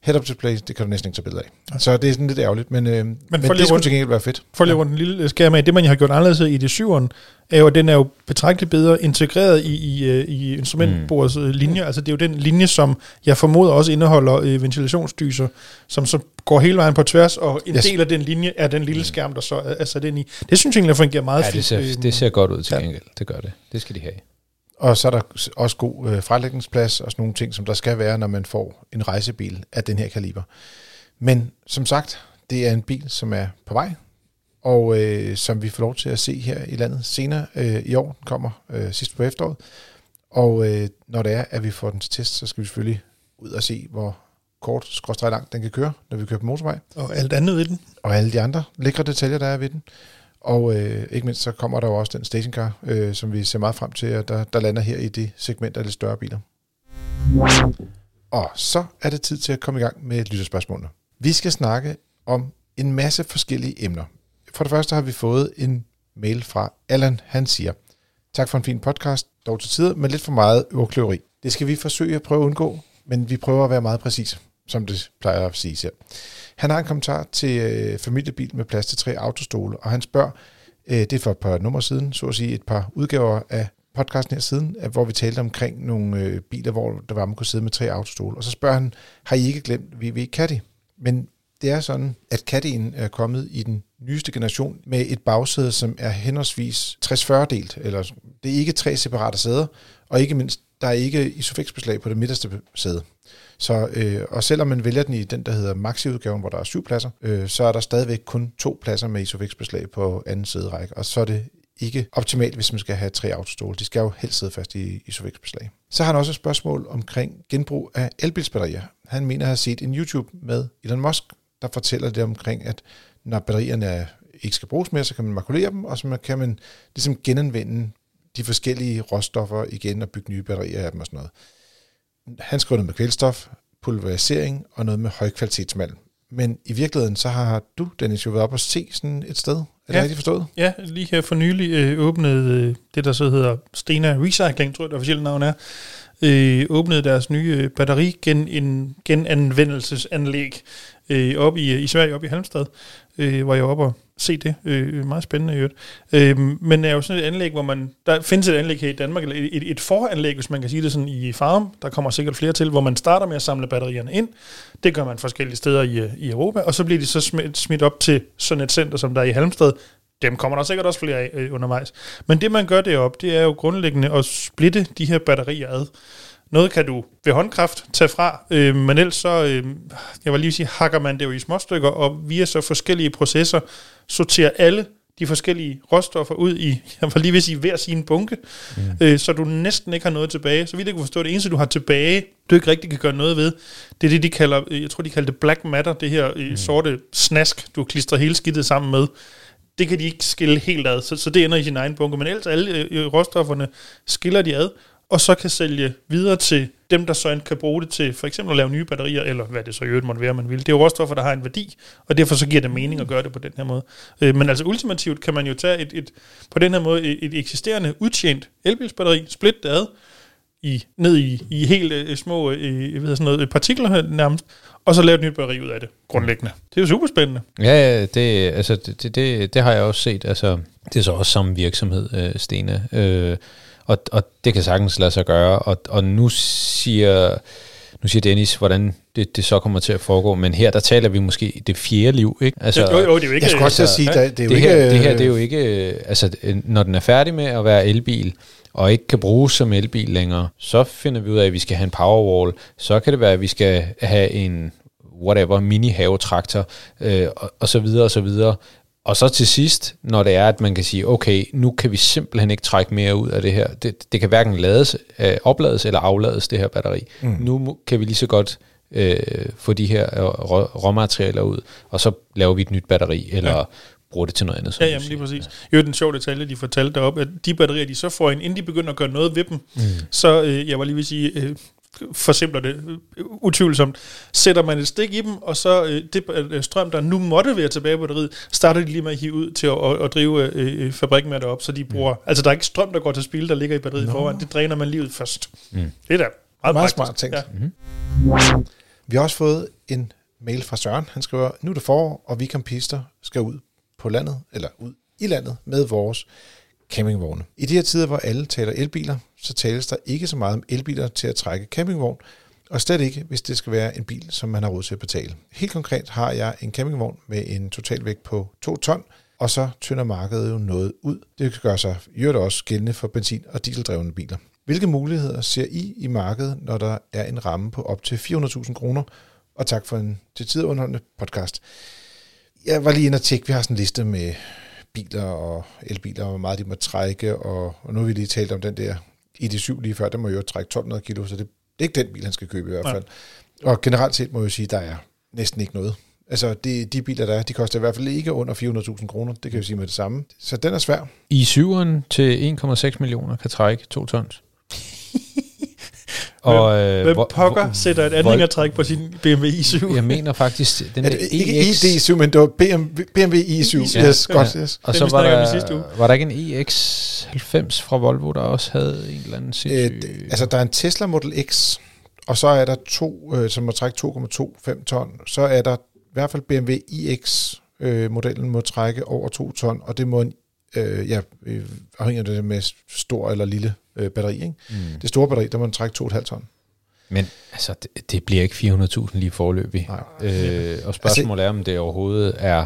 Head-up display, det kan du næsten ikke tage billeder af. Så det er sådan lidt ærgerligt, men det skulle til gengæld være fedt. For lige rundt en lille skærm af, det man har gjort anderledes i det 7'eren, er jo, at den er jo betragteligt bedre integreret i instrumentbordets linje. Altså det er jo den linje, som jeg formoder også indeholder ventilationsdyser, som så går hele vejen på tværs, og en del af den linje er den lille skærm, der så er sat ind i. Det synes jeg egentlig fungerer meget fint. Det ser godt ud til gengæld. Det gør det. Det skal de have. Og så er der også god frelægningsplads og sådan nogle ting, som der skal være, når man får en rejsebil af den her kaliber. Men som sagt, det er en bil, som er på vej, og som vi får lov til at se her i landet senere i år. Den kommer sidst på efteråret. Og når det er, at vi får den til test, så skal vi selvfølgelig ud og se, hvor kort/langt den kan køre, når vi kører på motorvej. Og alt andet ved den. Og alle de andre lækre detaljer, der er ved den. Og ikke mindst så kommer der jo også den stationcar, som vi ser meget frem til, at der lander her i det segment af lidt større biler. Og så er det tid til at komme i gang med lytterspørgsmålene. Vi skal snakke om en masse forskellige emner. For det første har vi fået en mail fra Allan. Han siger: tak for en fin podcast, dog til tider, men lidt for meget øverkløveri. Det skal vi forsøge at prøve at undgå, men vi prøver at være meget præcis, som det plejer at sige her. Han har en kommentar til familiebil med plads til 3 autostole, og han spørger, det er for et par numre siden, så at sige et par udgaver af podcasten her siden, hvor vi talte omkring nogle biler, hvor der var, man kunne sidde med 3 autostole. Og så spørger han, har I ikke glemt VW Caddy? Men det er sådan, at Caddy'en er kommet i den nyeste generation med et bagsæde, som er henholdsvis 60-40 delt, eller det er ikke 3 separate sæder, og ikke mindst, der er ikke isofix-beslag på det midterste sæde. Så, og selvom man vælger den i den, der hedder Maxi-udgaven, hvor der er 7 pladser, så er der stadigvæk kun 2 pladser med isofix-beslag på anden sæderække, og så er det ikke optimalt, hvis man skal have 3 autostole. De skal jo helst sidde fast i isofix-beslag. Så har han også et spørgsmål omkring genbrug af elbilsbatterier. Han mener at have set en YouTube med Elon Musk, der fortæller det omkring, at når batterierne ikke skal bruges mere, så kan man makulere dem, og så kan man ligesom genanvende de forskellige råstoffer igen og bygge nye batterier af dem og sådan noget. Han skriver noget med kvælstof, pulverisering og noget med højkvalitetsmalm. Men i virkeligheden, så har du, Dennis, jo været op og se sådan et sted. Er det rigtigt forstået? Ja, lige her for nylig åbnede det, der så hedder Stena Recycling, tror jeg, det officielle navn er, åbnede deres nye genanvendelsesanlæg op i Sverige, op i Halmstad, hvor jeg var oppe og se det. Meget spændende i øvrigt. Men er jo sådan et anlæg, hvor der findes et anlæg her i Danmark, eller et foranlæg, hvis man kan sige det sådan, i Farum. Der kommer sikkert flere til, hvor man starter med at samle batterierne ind. Det gør man forskellige steder i Europa, og så bliver de så smidt op til sådan et center, som der er i Halmstad. Dem kommer der sikkert også flere af undervejs. Men det, man gør deroppe, det er jo grundlæggende at splitte de her batterier ad. Noget kan du ved håndkraft tage fra, men ellers så, jeg vil lige sige, hakker man det jo i små stykker, og via så forskellige processer sorterer alle de forskellige råstoffer ud i, jeg vil lige vil sige, hver sin bunke, så du næsten ikke har noget tilbage. Så vidt jeg kan forstå, det eneste, du har tilbage, du ikke rigtig kan gøre noget ved, det er det, de kalder, jeg tror, de kalder det black matter, det her sorte snask, du klistrer hele skidtet sammen med. Det kan de ikke skille helt ad, så det ender i sin egen bunke, men ellers alle råstofferne skiller de ad, og så kan sælge videre til dem, der så kan bruge det til for eksempel at lave nye batterier, eller hvad det så i øvrigt måtte være, man vil. Det er jo råstoffer, der har en værdi, og derfor så giver det mening at gøre det på den her måde. Men altså ultimativt kan man jo tage på den her måde et eksisterende udtjent elbilsbatteri, splitte det ad, ned i helt små partikler nærmest, og så lave et nyt batteri ud af det, grundlæggende. Det er jo super spændende. Ja, det har jeg også set. Altså, det er så også samme virksomhed, Stena. Og det kan sagtens lade sig gøre. Og nu siger Dennis, hvordan det så kommer til at foregå. Men her, der taler vi måske det 4. liv, ikke? Altså, jo, det er jo ikke... Jeg skulle også sige, det er jo det ikke... Her, det er jo ikke... Altså, når den er færdig med at være elbil, og ikke kan bruges som elbil længere, så finder vi ud af, at vi skal have en Powerwall. Så kan det være, at vi skal have en mini-havetraktor, og så videre, og så videre. Og så til sidst, når det er, at man kan sige, okay, nu kan vi simpelthen ikke trække mere ud af det her. Det kan hverken oplades eller aflades, det her batteri. Nu kan vi lige så godt få de her råmaterialer ud, og så laver vi et nyt batteri, eller bruger det til noget andet. Ja, jamen lige præcis. Jo, den sjove detalje, de fortalte deroppe, at de batterier, de så får ind, inden de begynder at gøre noget ved dem, så jeg var lige ved at sige... forsimpler det utvivlsomt, sætter man et stik i dem, og så det strøm, der nu måtte være tilbage på batteriet, starter de lige med at hive ud til at drive fabrikken med det op, så de bruger, altså der er ikke strøm, der går til spil, der ligger i batteriet foran, det dræner man lige ud først. Det er da meget smart tænkt. Ja. Vi har også fået en mail fra Søren. Han skriver, nu er det forår, og vi campister skal ud på landet, eller ud i landet med vores campingvogne. I de her tider, hvor alle taler elbiler, så tales der ikke så meget om elbiler til at trække campingvogn, og slet ikke, hvis det skal være en bil, som man har råd til at betale. Helt konkret har jeg en campingvogn med en totalvægt på 2 ton, og så tynder markedet jo noget ud. Det gør sig også gældende for benzin- og dieseldrevne biler. Hvilke muligheder ser I markedet, når der er en ramme på op til 400.000 kroner? Og tak for en til tider underholdende podcast. Jeg var lige inde og tjekke, vi har sådan en liste med biler og elbiler, og hvor meget de må trække, og nu har vi lige talt om den der ID7 lige før, den må jo trække 1200 kilo, så det er ikke den bil, han skal købe i hvert fald. Ja. Og generelt set må jeg jo sige, at der er næsten ikke noget. Altså de biler, der er, de koster i hvert fald ikke under 400.000 kroner, det kan vi sige med det samme. Så den er svær. i7'eren til 1,6 millioner kan trække 2 tons. Og, hvem pokker sætter et anhængertræk på sin BMW i7? Jeg mener faktisk, den er det ikke ID7, men det var BMW i7. Ja, yes, godt. Yes. Og så var der ikke en iX90 fra Volvo, der også havde en eller anden sindssyg... Altså, der er en Tesla Model X, og så er der to, som må trække 2,25 ton. Så er der i hvert fald BMW iX-modellen må trække over 2 ton, og det må afhængig af det med stor eller lille batteri. Ikke? Det store batteri, der må man trække 2,5 ton. Men altså, det bliver ikke 400.000 lige forløbig. Og spørgsmålet er, om det overhovedet er...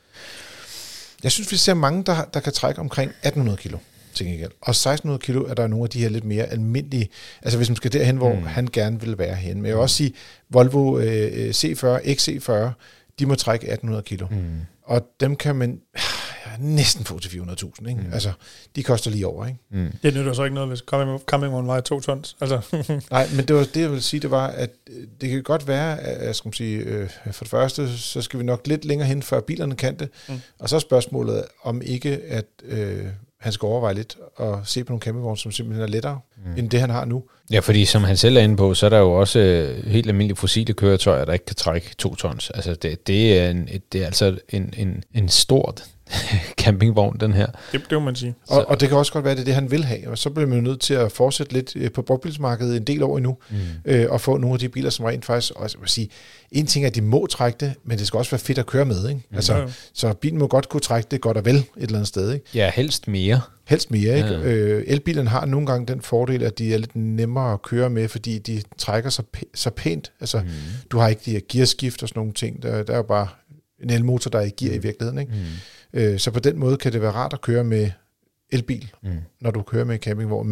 Jeg synes, vi ser mange, der kan trække omkring 1.800 kilo. Og 1.600 kilo er der nogle af de her lidt mere almindelige, altså hvis man skal derhen, hvor han gerne vil være hen. Men jeg vil også sige, Volvo C40, XC40, de må trække 1.800 kilo. Og dem kan man næsten få til 400.000, ikke? Altså, de koster lige over, ikke? Det nytter så ikke noget, hvis campingvognen vejer 2 tons. Altså. Nej, men det var det, jeg ville sige, det var, at det kan godt være, at skal man sige, for det første, så skal vi nok lidt længere hen, før bilerne kan det. Og så er spørgsmålet, om ikke, at han skal overveje lidt og se på nogle campingvogne, som simpelthen er lettere, end det, han har nu. Ja, fordi som han selv er inde på, så er der jo også helt almindelige fossile køretøjer, der ikke kan trække 2 tons. Altså, det er altså en stort campingvogn, den her. Det må man sige. Og det kan også godt være, det er det, han vil have. Og så bliver man jo nødt til at fortsætte lidt på brugtbilsmarkedet en del år endnu, og få nogle af de biler, som rent faktisk også vil sige, en ting er, at de må trække det, men det skal også være fedt at køre med. Ikke? Altså, så bilen må godt kunne trække det godt og vel et eller andet sted. Ikke? Ja, helst mere. Helst mere, ikke? Elbilerne har nogle gange den fordel, at de er lidt nemmere at køre med, fordi de trækker så pænt. Altså, du har ikke de her gearskift og sådan nogle ting. Der er jo bare en elmotor, der er i gear i virkeligheden. Ikke? Så på den måde kan det være rart at køre med elbil, når du kører med campingvogn.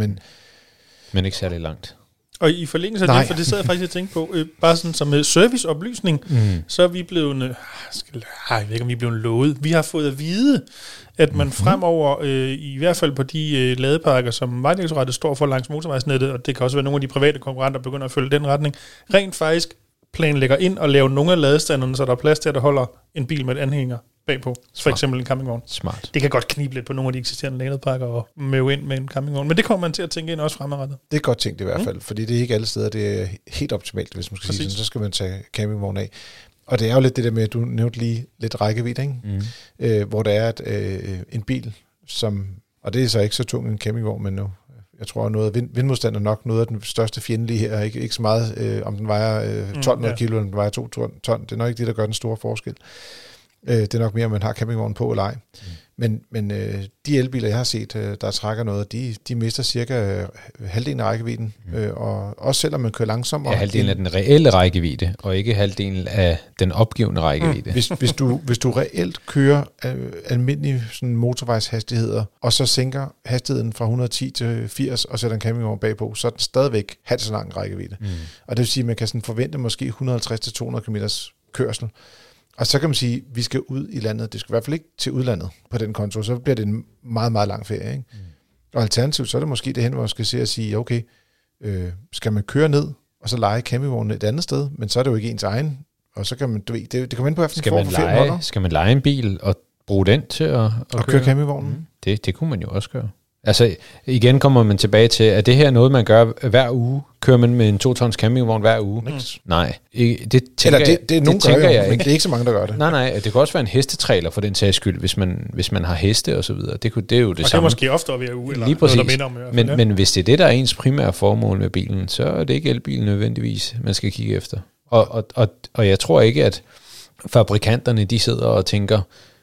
Men ikke særlig langt. Og i forlængelse af det, for det sad jeg faktisk og tænkte på, bare sådan som med serviceoplysning, så er vi blevet, jeg ved ikke om vi er blevet lovet, vi har fået at vide, at man fremover, i hvert fald på de ladeparker, som Vejdirektoratet står for langs motorvejsnettet, og det kan også være nogle af de private konkurrenter, der begynder at følge den retning, rent faktisk planlægger ind og laver nogle af ladestanderne, så der er plads til, at der holder en bil med et anhænger bagpå. For eksempel en campingvogn. Smart. Det kan godt knibe lidt på nogle af de eksisterende ladeparker og møve ind med en campingvogn, men det kommer man til at tænke ind også fremadrettet. Det er godt tænkt i hvert fald, fordi det er ikke alle steder, det er helt optimalt, hvis man skal sige sådan, så skal man tage campingvogn af. Og det er jo lidt det der med, at du nævnte lige lidt rækkevidde, ikke? Hvor der er en bil, som, og det er så ikke så tung en campingvogn, men nu, jeg tror, noget af vindmodstand er nok noget af den største fjendtlige her. Ikke så meget, om den vejer 1200 kilo, eller den vejer 2 ton. Det er nok ikke det, der gør den store forskel. Det er nok mere, om man har campingvognen på eller ej. Men de elbiler, jeg har set, der trækker noget, de mister cirka halvdelen af rækkevidden. Og også selvom man kører langsommere. Ja, halvdelen af den reelle rækkevidde, og ikke halvdelen af den opgivende rækkevidde. Hvis du reelt kører almindelige sådan motorvejshastigheder, og så sænker hastigheden fra 110 til 80, og sætter en campingvogn bagpå, så er den stadigvæk halvt så lang rækkevidde. Og det vil sige, at man kan sådan forvente måske 150-200 km kørsel. Og så kan man sige, at vi skal ud i landet. Det skal i hvert fald ikke til udlandet på den konto. Så bliver det en meget, meget lang ferie. Ikke? Og alternativt, så er det måske det hen, hvor man skal se og sige, okay, skal man køre ned, og så lege campingvognen et andet sted, men så er det jo ikke ens egen. Og så kan man, det kommer ind på, skal man lege en bil og bruge den til at køre campingvognen? Det kunne man jo også gøre. Altså igen kommer man tilbage til, at det her er noget, man gør hver uge? Kører man med en 2-tons campingvogn hver uge? Nej. Det tænker jeg ikke. Men det er ikke så mange, der gør det. Nej. Det kan også være en hestetræler for den sags skyld, hvis man har heste og så videre. Det er jo det og samme. Og det er måske ofte hver uge, eller lige præcis. noget, der minder om. Men hvis det er det, der er ens primære formål med bilen, så er det ikke elbilen nødvendigvis, man skal kigge efter. Og jeg tror ikke, at fabrikanterne, de sidder og tænker,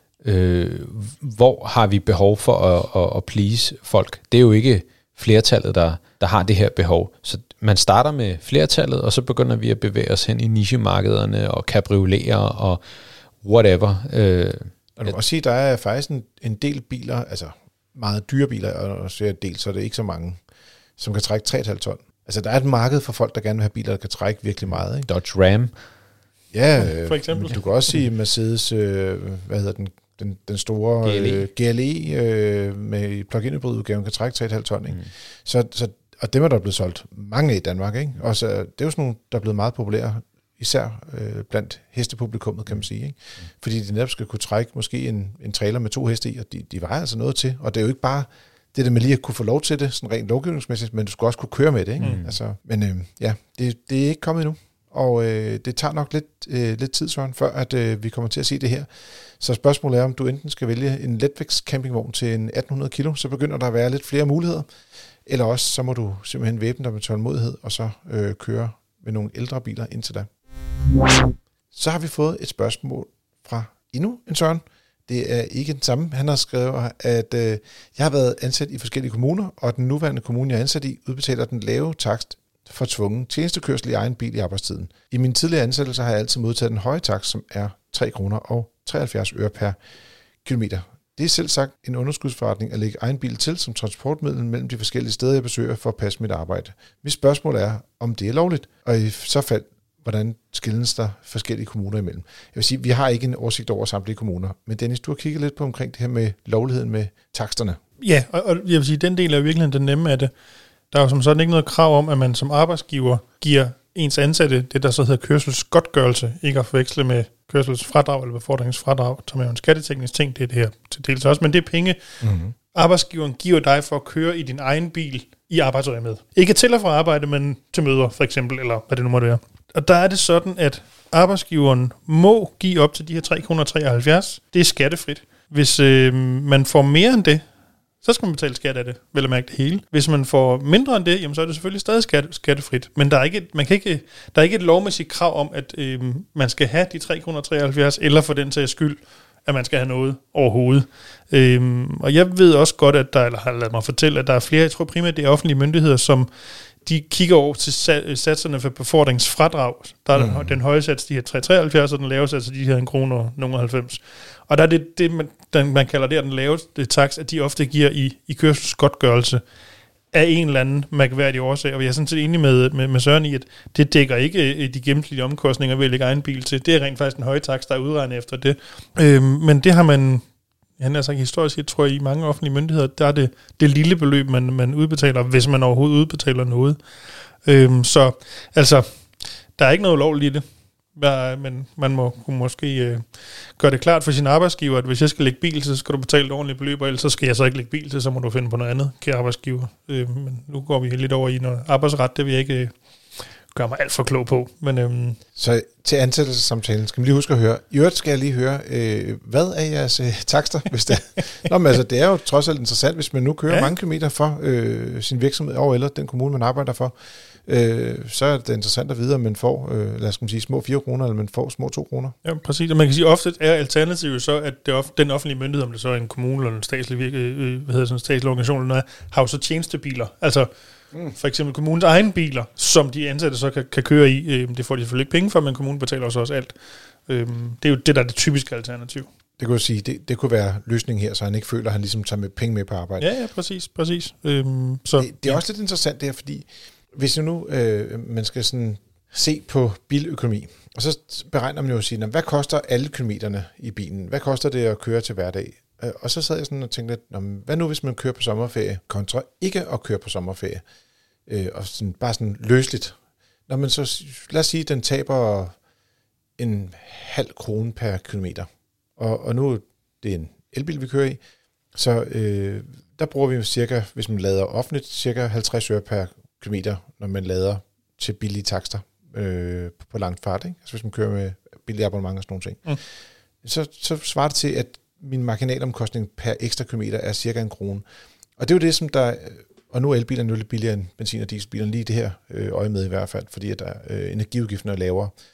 hvor har vi behov for at please folk? Det er jo ikke flertallet, der har det her behov. Så man starter med flertallet, og så begynder vi at bevæge os hen i nichemarkederne og cabrioleter og whatever. Og du kan også sige, at der er faktisk en del biler, altså meget dyre biler, og så er det så er det ikke så mange, som kan trække 3,5 ton. Altså der er et marked for folk, der gerne vil have biler, der kan trække virkelig meget. Ikke? Dodge Ram. Ja, for eksempel. Du kan også sige Mercedes, hvad hedder den store GLE med plug-in hybridudgaven kan trække 3,5 ton. Ikke? Så, og dem er der blevet solgt mange af i Danmark. Ikke? Og så, det er jo sådan nogle, der er blevet meget populære, især blandt hestepublikummet, kan man sige. Ikke? Fordi de netop skal kunne trække måske en trailer med 2 heste i, og de vejer altså noget til. Og det er jo ikke bare det der med lige at kunne få lov til det, sådan rent lovgivningsmæssigt, men du skal også kunne køre med det. Ikke? Altså, men det er ikke kommet endnu. Og det tager nok lidt tid, Søren, før at vi kommer til at se det her. Så spørgsmålet er, om du enten skal vælge en letvægts campingvogn til en 1800 kilo, så begynder der at være lidt flere muligheder. Eller også, så må du simpelthen væbne dig med tålmodighed, og så køre med nogle ældre biler indtil da. Så har vi fået et spørgsmål fra endnu en Søren. Det er ikke den samme. Han har skrevet, at jeg har været ansat i forskellige kommuner, og den nuværende kommune, jeg er ansat i, udbetaler den lave takst for tvungen tjenestekørsel i egen bil i arbejdstiden. I min tidligere ansættelse har jeg altid modtaget den høje takst, som er 3 kroner og 73 øre per kilometer. Det er selv sagt en underskudsforretning at lægge egen bil til som transportmiddel mellem de forskellige steder, jeg besøger for at passe mit arbejde. Mit spørgsmål er, om det er lovligt, og i så fald, hvordan skilles der forskellige kommuner imellem. Jeg vil sige, vi har ikke en oversigt over samtlige kommuner, men Dennis, du har kigget lidt på omkring det her med lovligheden med taksterne. Ja, og jeg vil sige, den del er virkelig den nemme af det. Der er jo som sådan ikke noget krav om, at man som arbejdsgiver giver ens ansatte det, der så hedder kørselsgodtgørelse, ikke at forveksle med kørselsfradrag eller befordringsfradrag, som er jo en skatteteknisk ting, det er det her til dels også, men det er penge, arbejdsgiveren giver dig for at køre i din egen bil i arbejdsøjemed. Ikke til og fra arbejde, men til møder for eksempel, eller hvad det nu måtte være. Og der er det sådan, at arbejdsgiveren må give op til de her 3,73 kroner. Det er skattefrit. Hvis man får mere end det, så skal man betale skat af det, vel at mærke det hele. Hvis man får mindre end det, jamen, så er det selvfølgelig stadig skattefrit. Men der er ikke et lovmæssigt krav om, at man skal have de 3,73 kroner, eller for den sags skyld, at man skal have noget overhovedet. Og jeg ved også godt, at eller har ladet mig fortælle, at der er flere, jeg tror primært det er offentlige myndigheder, som de kigger over til satserne for befordringsfradrag. Der er den høje sats, de her 3,73, og den lave sats, de her 1,90 kroner. Og der er det man kalder det, den laveste takst, at de ofte giver i kørselsgodtgørelse af en eller anden mærkværdig årsag. Og jeg er sådan set enig med Søren i, at det dækker ikke de gennemsnitlige omkostninger ved at lægge egen bil til. Det er rent faktisk en høj takst, der er udregnet efter det. Men det har man, han har sagt historisk set, tror jeg, i mange offentlige myndigheder, der er det lille beløb, man udbetaler, hvis man overhovedet udbetaler noget. Så altså, der er ikke noget ulovligt i det. Men man kunne måske gøre det klart for sin arbejdsgiver, at hvis jeg skal lægge bil, så skal du betale et ordentligt beløb, og ellers så skal jeg så ikke lægge bil til, så må du finde på noget andet, kære arbejdsgiver. Men nu går vi lidt over i noget arbejdsret, det vil jeg ikke gøre mig alt for klog på. Men, Så til ansættelsessamtalen skal vi lige huske at høre. I øvrigt skal jeg lige høre, hvad er jeres takster? Hvis det Nå, men altså, det er jo trods alt interessant, hvis man nu kører mange kilometer for sin virksomhed over, eller den kommune, man arbejder for, så er det interessant at vide, om man får, lad os sige, små 4 kroner, eller man får små 2 kroner. Ja, præcis. Og man kan sige, ofte er alternativet så, at den offentlige myndighed, om det så er en kommune eller en statslig organisation, eller noget, har jo så tjenestebiler. Altså for eksempel kommunens egne biler, som de ansatte så kan køre i. Det får de selvfølgelig ikke penge for, men kommunen betaler også alt. Det er jo det, der er det typiske alternativ. Det kunne jeg sige, det kunne være løsningen her, så han ikke føler, at han ligesom tager med penge med på arbejde. Ja, præcis. Så det er også lidt interessant det her, fordi hvis nu man skal sådan se på biløkonomi, og så beregner man jo at sige, hvad koster alle kilometerne i bilen? Hvad koster det at køre til hverdag? Og så sad jeg sådan og tænkte lidt, hvad nu hvis man kører på sommerferie, kontra ikke at køre på sommerferie? Og sådan, bare sådan løsligt. Når man så, lad os sige, den taber 0,5 krone per kilometer. Og nu det er en elbil, vi kører i, så der bruger vi cirka, hvis man lader offentligt, cirka 50 øre per kilometer, når man lader til billige takster på langt fart. Ikke? Altså hvis man kører med billige abonnement og sådan nogle ting. Så svarer det til, at min marginalomkostning per ekstra kilometer er cirka 1 krone. Og det er jo det, som der... Og nu er elbilerne lidt billigere end benzin- og dieselbilerne, lige det her øje med i hvert fald, fordi at der, energiudgiften er lavere.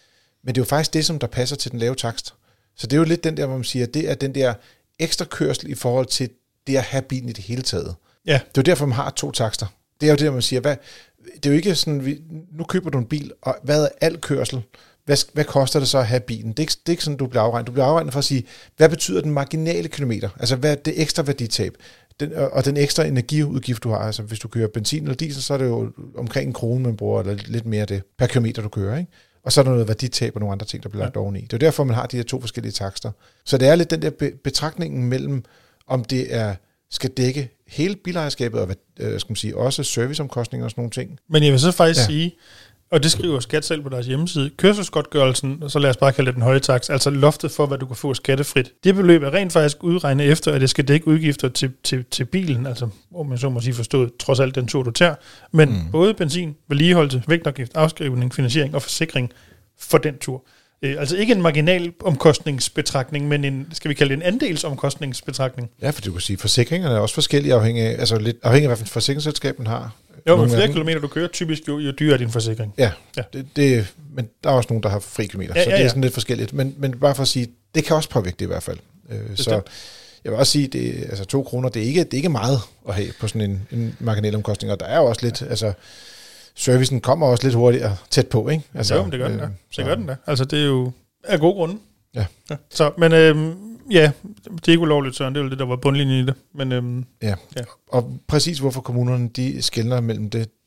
Men det er jo faktisk det, som der passer til den lave takst. Så det er jo lidt den der, hvor man siger, det er den der ekstra kørsel i forhold til det at have bilen i det hele taget. Ja. Det er jo derfor, man har 2 takster. Det er jo det, der man siger, det er jo ikke sådan, nu køber du en bil, og hvad er al kørsel? Hvad koster det så at have bilen? Det er ikke sådan, du bliver afregnet. Du bliver afregnet for at sige, hvad betyder den marginale kilometer? Altså, hvad er det ekstra værditab? Og den ekstra energiudgift, du har. Altså, hvis du kører benzin eller diesel, så er det jo omkring 1 krone, man bruger, eller lidt mere af det, per kilometer, du kører, ikke? Og så er der noget værditab og nogle andre ting, der bliver lagt oveni. Det er jo derfor, man har de her 2 forskellige takster. Så det er lidt den der betragtningen mellem, om det skal dække hele bilejerskabet, og skal man sige, også serviceomkostninger og sådan nogle ting. Men jeg vil så faktisk sige, og det skriver Skat selv på deres hjemmeside, kørselsgodtgørelsen, og så lad os bare kalde det den høje takst, altså loftet for, hvad du kan få skattefrit. Det beløb er rent faktisk udregnet efter, at det skal dække udgifter til bilen, altså, hvor man så må sige forstået, trods alt den tur, du tager, men både benzin, vedligeholdelse, vægtafgift, afskrivning, finansiering og forsikring for den tur. Altså ikke en marginal omkostningsbetragtning, men en, skal vi kalde det en andelsomkostningsbetragtning. Ja, for du kan sige, forsikringerne er også forskellige afhængig af, altså lidt afhængig af, hvad forsikringsselskab man har. Jo, men flere kilometer du kører, typisk jo dyrere er din forsikring. Ja. Men der er også nogen, der har fri kilometer, så det er sådan lidt forskelligt. Men bare for at sige, det kan også påvirke det i hvert fald. Så jeg vil også sige, det, altså 2 kroner, det er ikke meget at have på sådan en marginal omkostning, og der er jo også lidt, altså servicen kommer også lidt hurtigere tæt på, ikke? Altså, jo, det gør den da. Så gør den da. Altså det er jo af gode grunde. Ja. Så, men det er ikke ulovligt, Søren. Det er jo det, der var bundlinjen i det. Men, ja, og præcis hvorfor kommunerne, de skelner mellem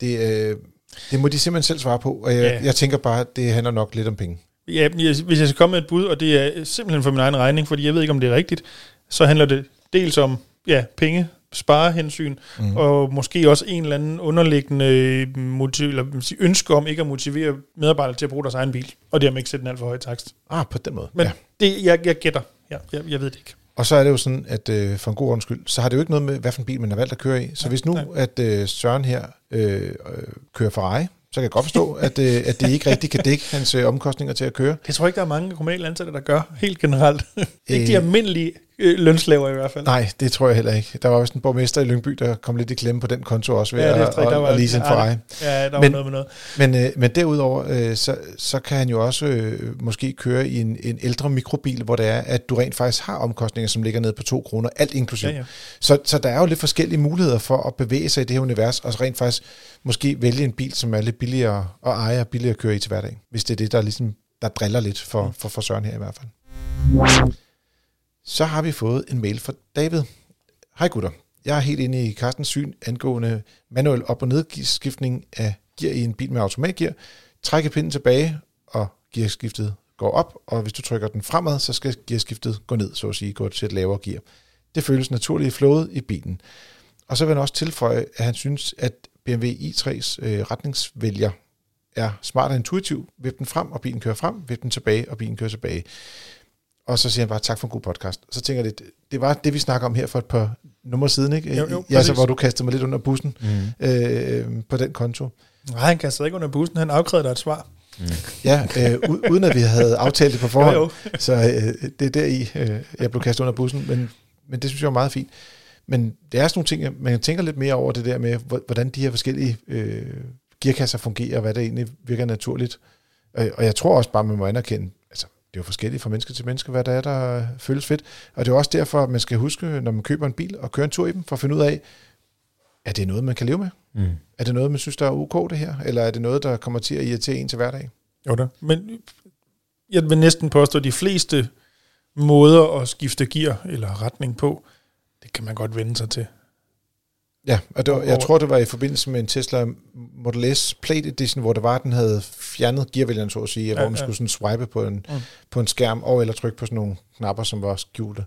det må de simpelthen selv svare på, og jeg tænker bare, at det handler nok lidt om penge. Ja, hvis jeg skal komme med et bud, og det er simpelthen for min egen regning, fordi jeg ved ikke, om det er rigtigt, så handler det dels om penge, sparehensyn, og måske også en eller anden underliggende ønske om ikke at motivere medarbejdere til at bruge deres egen bil, og dermed ikke sætte den alt for høj takst. På den måde. Men jeg gætter. Jeg ved det ikke. Og så er det jo sådan, at for en god undskyld, så har det jo ikke noget med, hvad for en bil man har valgt at køre i. Så hvis nu, at Søren her kører Ferrari, så kan jeg godt forstå, at det ikke rigtig kan dække hans omkostninger til at køre. Det tror jeg ikke, der er mange kommunale ansatte, der gør, helt generelt. Ikke de almindelige lønslaver i hvert fald. Nej, det tror jeg heller ikke. Der var også en borgmester i Lyngby, der kom lidt i klemme på den konto også ved at lease en Ferrari. Ja, der var noget med noget. Men derudover, så kan han jo også måske køre i en ældre mikrobil, hvor det er, at du rent faktisk har omkostninger, som ligger ned på 2 kroner, alt inklusiv. Ja. Så der er jo lidt forskellige muligheder for at bevæge sig i det her univers, og så rent faktisk måske vælge en bil, som er lidt billigere at eje og billigere at køre i til hverdag, hvis det er det, der ligesom der driller lidt for Søren her i hvert fald. Så har vi fået en mail fra David. Hej gutter. Jeg er helt inde i Carstens syn angående manuel op- og nedskiftning af gear i en bil med automatgear. Trækker pinden tilbage, og gearskiftet går op, og hvis du trykker den fremad, så skal gearskiftet gå ned, så at sige, gå til et lavere gear. Det føles naturligt i flowet i bilen. Og så vil han også tilføje, at han synes, at BMW i3's retningsvælger er smart og intuitiv. Vip den frem, og bilen kører frem. Vip den tilbage, og bilen kører tilbage. Og så siger han bare, tak for en god podcast. Så tænker jeg lidt, det var det, vi snakker om her for et par numre siden, ikke? Jo, så hvor du kastede mig lidt under bussen på den konto. Nej, han kastede ikke under bussen, han afkrævede dig et svar. Ja, uden at vi havde aftalt det på forhånd. Jo. Så det er deri, jeg blev kastet under bussen, men det synes jeg var meget fint. Men det er sådan nogle ting, man tænker lidt mere over det der med, hvordan de her forskellige gearkasser fungerer, og hvad der egentlig virker naturligt. Og jeg tror også bare, man må anerkende, altså det er jo forskelligt fra menneske til menneske, hvad der føles fedt. Og det er også derfor, at man skal huske, når man køber en bil og kører en tur i dem, for at finde ud af, er det noget, man kan leve med? Er det noget, man synes, der er ok det her? Eller er det noget, der kommer til at irritere en til hverdag? Jo da. Men jeg vil næsten påstå, at de fleste måder at skifte gear eller retning på, det kan man godt vende sig til. Ja, og jeg tror, det var i forbindelse med en Tesla Model S Plate Edition, hvor det var, at den havde fjernet gearvælgeren, så at sige, hvor man skulle sådan swipe på en skærm, og eller trykke på sådan nogle knapper, som var skjulte.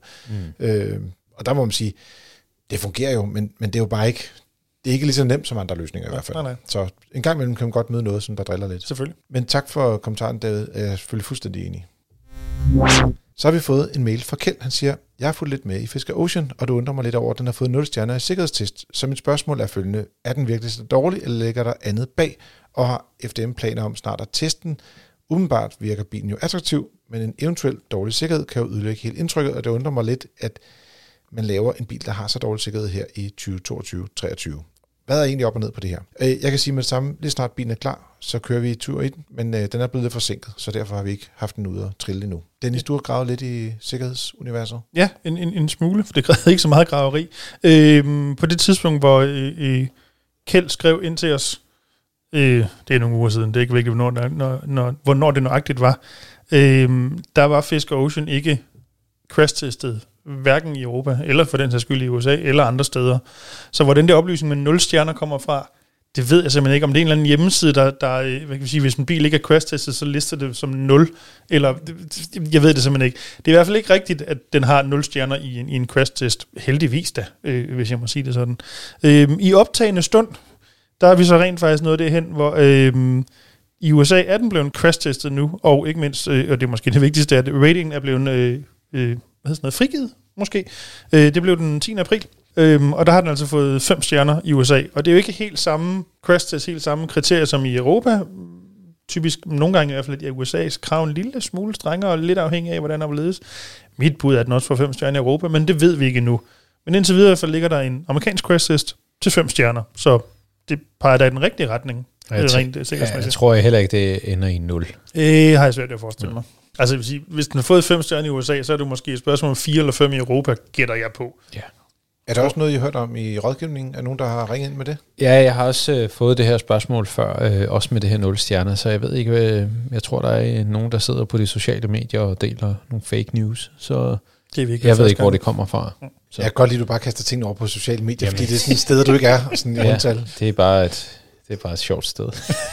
Og der må man sige, det fungerer jo, men det er jo bare ikke, det er ikke lige så nemt som andre løsninger i hvert fald. Nej. Så en gang imellem kan man godt møde noget, som der driller lidt. Selvfølgelig. Men tak for kommentaren, David. Jeg er selvfølgelig fuldstændig enig. Så har vi fået en mail fra Kjeld. Han siger, jeg har fulgt lidt med i Fisker Ocean, og det undrer mig lidt over, at den har fået 0 stjerner i sikkerhedstest. Så mit spørgsmål er følgende. Er den virkelig så dårlig, eller ligger der andet bag? Og har FDM planer om snart at teste den? Umiddelbart virker bilen jo attraktiv, men en eventuel dårlig sikkerhed kan jo ødelægge helt indtrykket, og det undrer mig lidt, at man laver en bil, der har så dårlig sikkerhed her i 2022-2023. Hvad er egentlig op og ned på det her? Jeg kan sige med det samme, lige snart bilen er klar, så kører vi tur i den, men den er blevet lidt forsinket, så derfor har vi ikke haft den ude og trille endnu. Dennis, du har gravet lidt i sikkerhedsuniverset. Ja, en smule, for det krævede ikke så meget graveri. På det tidspunkt, hvor Kjeld skrev ind til os, det er nogle uger siden, det er ikke vigtigt, hvornår det nøjagtigt var, der var Fisker Ocean ikke crash-testet, hverken i Europa, eller for den sags skyld i USA, eller andre steder. Så hvor den der oplysning med 0 stjerner kommer fra, det ved jeg simpelthen ikke, om det er en eller anden hjemmeside, der hvad kan vi sige, hvis en bil ikke er crash-testet, så lister det som 0, eller jeg ved det simpelthen ikke. Det er i hvert fald ikke rigtigt, at den har 0 stjerner i en crash-test, heldigvis da, hvis jeg må sige det sådan. I optagende stund, der er vi så rent faktisk nået derhen, hvor i USA er den blevet crash-testet nu, og ikke mindst, og det er måske det vigtigste, at ratingen er blevet frigivet, måske. Det blev den 10. april. Og der har den altså fået 5 stjerner i USA. Og det er jo ikke helt samme crash-test, helt samme kriterier som i Europa. Typisk, nogle gange i hvert fald, i USA's krav en lille smule strengere, og lidt afhængig af, hvordan der vil ledes. Mit bud er, at den også får 5 stjerner i Europa, men det ved vi ikke endnu. Men indtil videre i hvert fald ligger der en amerikansk crash-test til 5 stjerner. Så det peger der i den rigtige retning. Jeg tror heller ikke, det ender i 0. Det har jeg svært at forestille mig. Altså, jeg vil sige, hvis den har fået 5 stjerner i USA, så er det måske et spørgsmål om 4 eller 5 i Europa, gætter jeg på. Ja. Er der også noget, I har hørt om i rådgivningen? Er nogen, der har ringet ind med det? Ja, jeg har også fået det her spørgsmål før, også med det her 0 stjerner, så jeg ved ikke, jeg tror, der er nogen, der sidder på de sociale medier og deler nogle fake news, så jeg ved ikke, hvor det kommer fra. Så. Jeg kan godt lide, at du bare kaster tingene over på sociale medier, fordi det er sådan et sted, du ikke er. Sådan ja, det er bare et sjovt sted.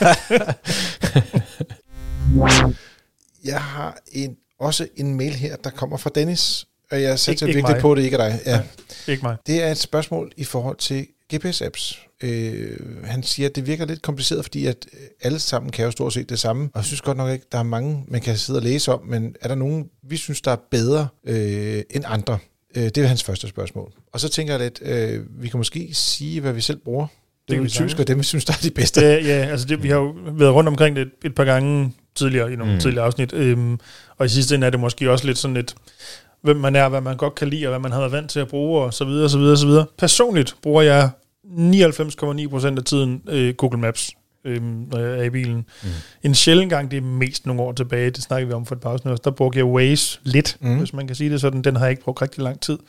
Jeg har også en mail her, der kommer fra Dennis, og jeg sætter virkelig på, det ikke er dig. Ja. Ikke mig. Det er et spørgsmål i forhold til GPS-apps. Han siger, at det virker lidt kompliceret, fordi at alle sammen kan jo stort set det samme. Og jeg synes godt nok ikke, der er mange, man kan sidde og læse om, men er der nogen, vi synes, der er bedre end andre? Det er hans første spørgsmål. Og så tænker jeg lidt, vi kan måske sige, hvad vi selv bruger. Det er jo typisk, og dem, vi synes, der er de bedste. Ja, altså vi har jo været rundt omkring det et par gange tidligere i nogle tidligere afsnit. Og i sidste ende er det måske også lidt sådan lidt, hvem man er, hvad man godt kan lide, og hvad man har været vant til at bruge, og så videre, så videre, så videre. Personligt bruger jeg 99,9% af tiden Google Maps, når jeg er i bilen. En sjælden gang, det er mest nogle år tilbage, det snakker vi om for et par afsnit, der brugte jeg Waze lidt, hvis man kan sige det sådan. Den har jeg ikke brugt rigtig lang tid.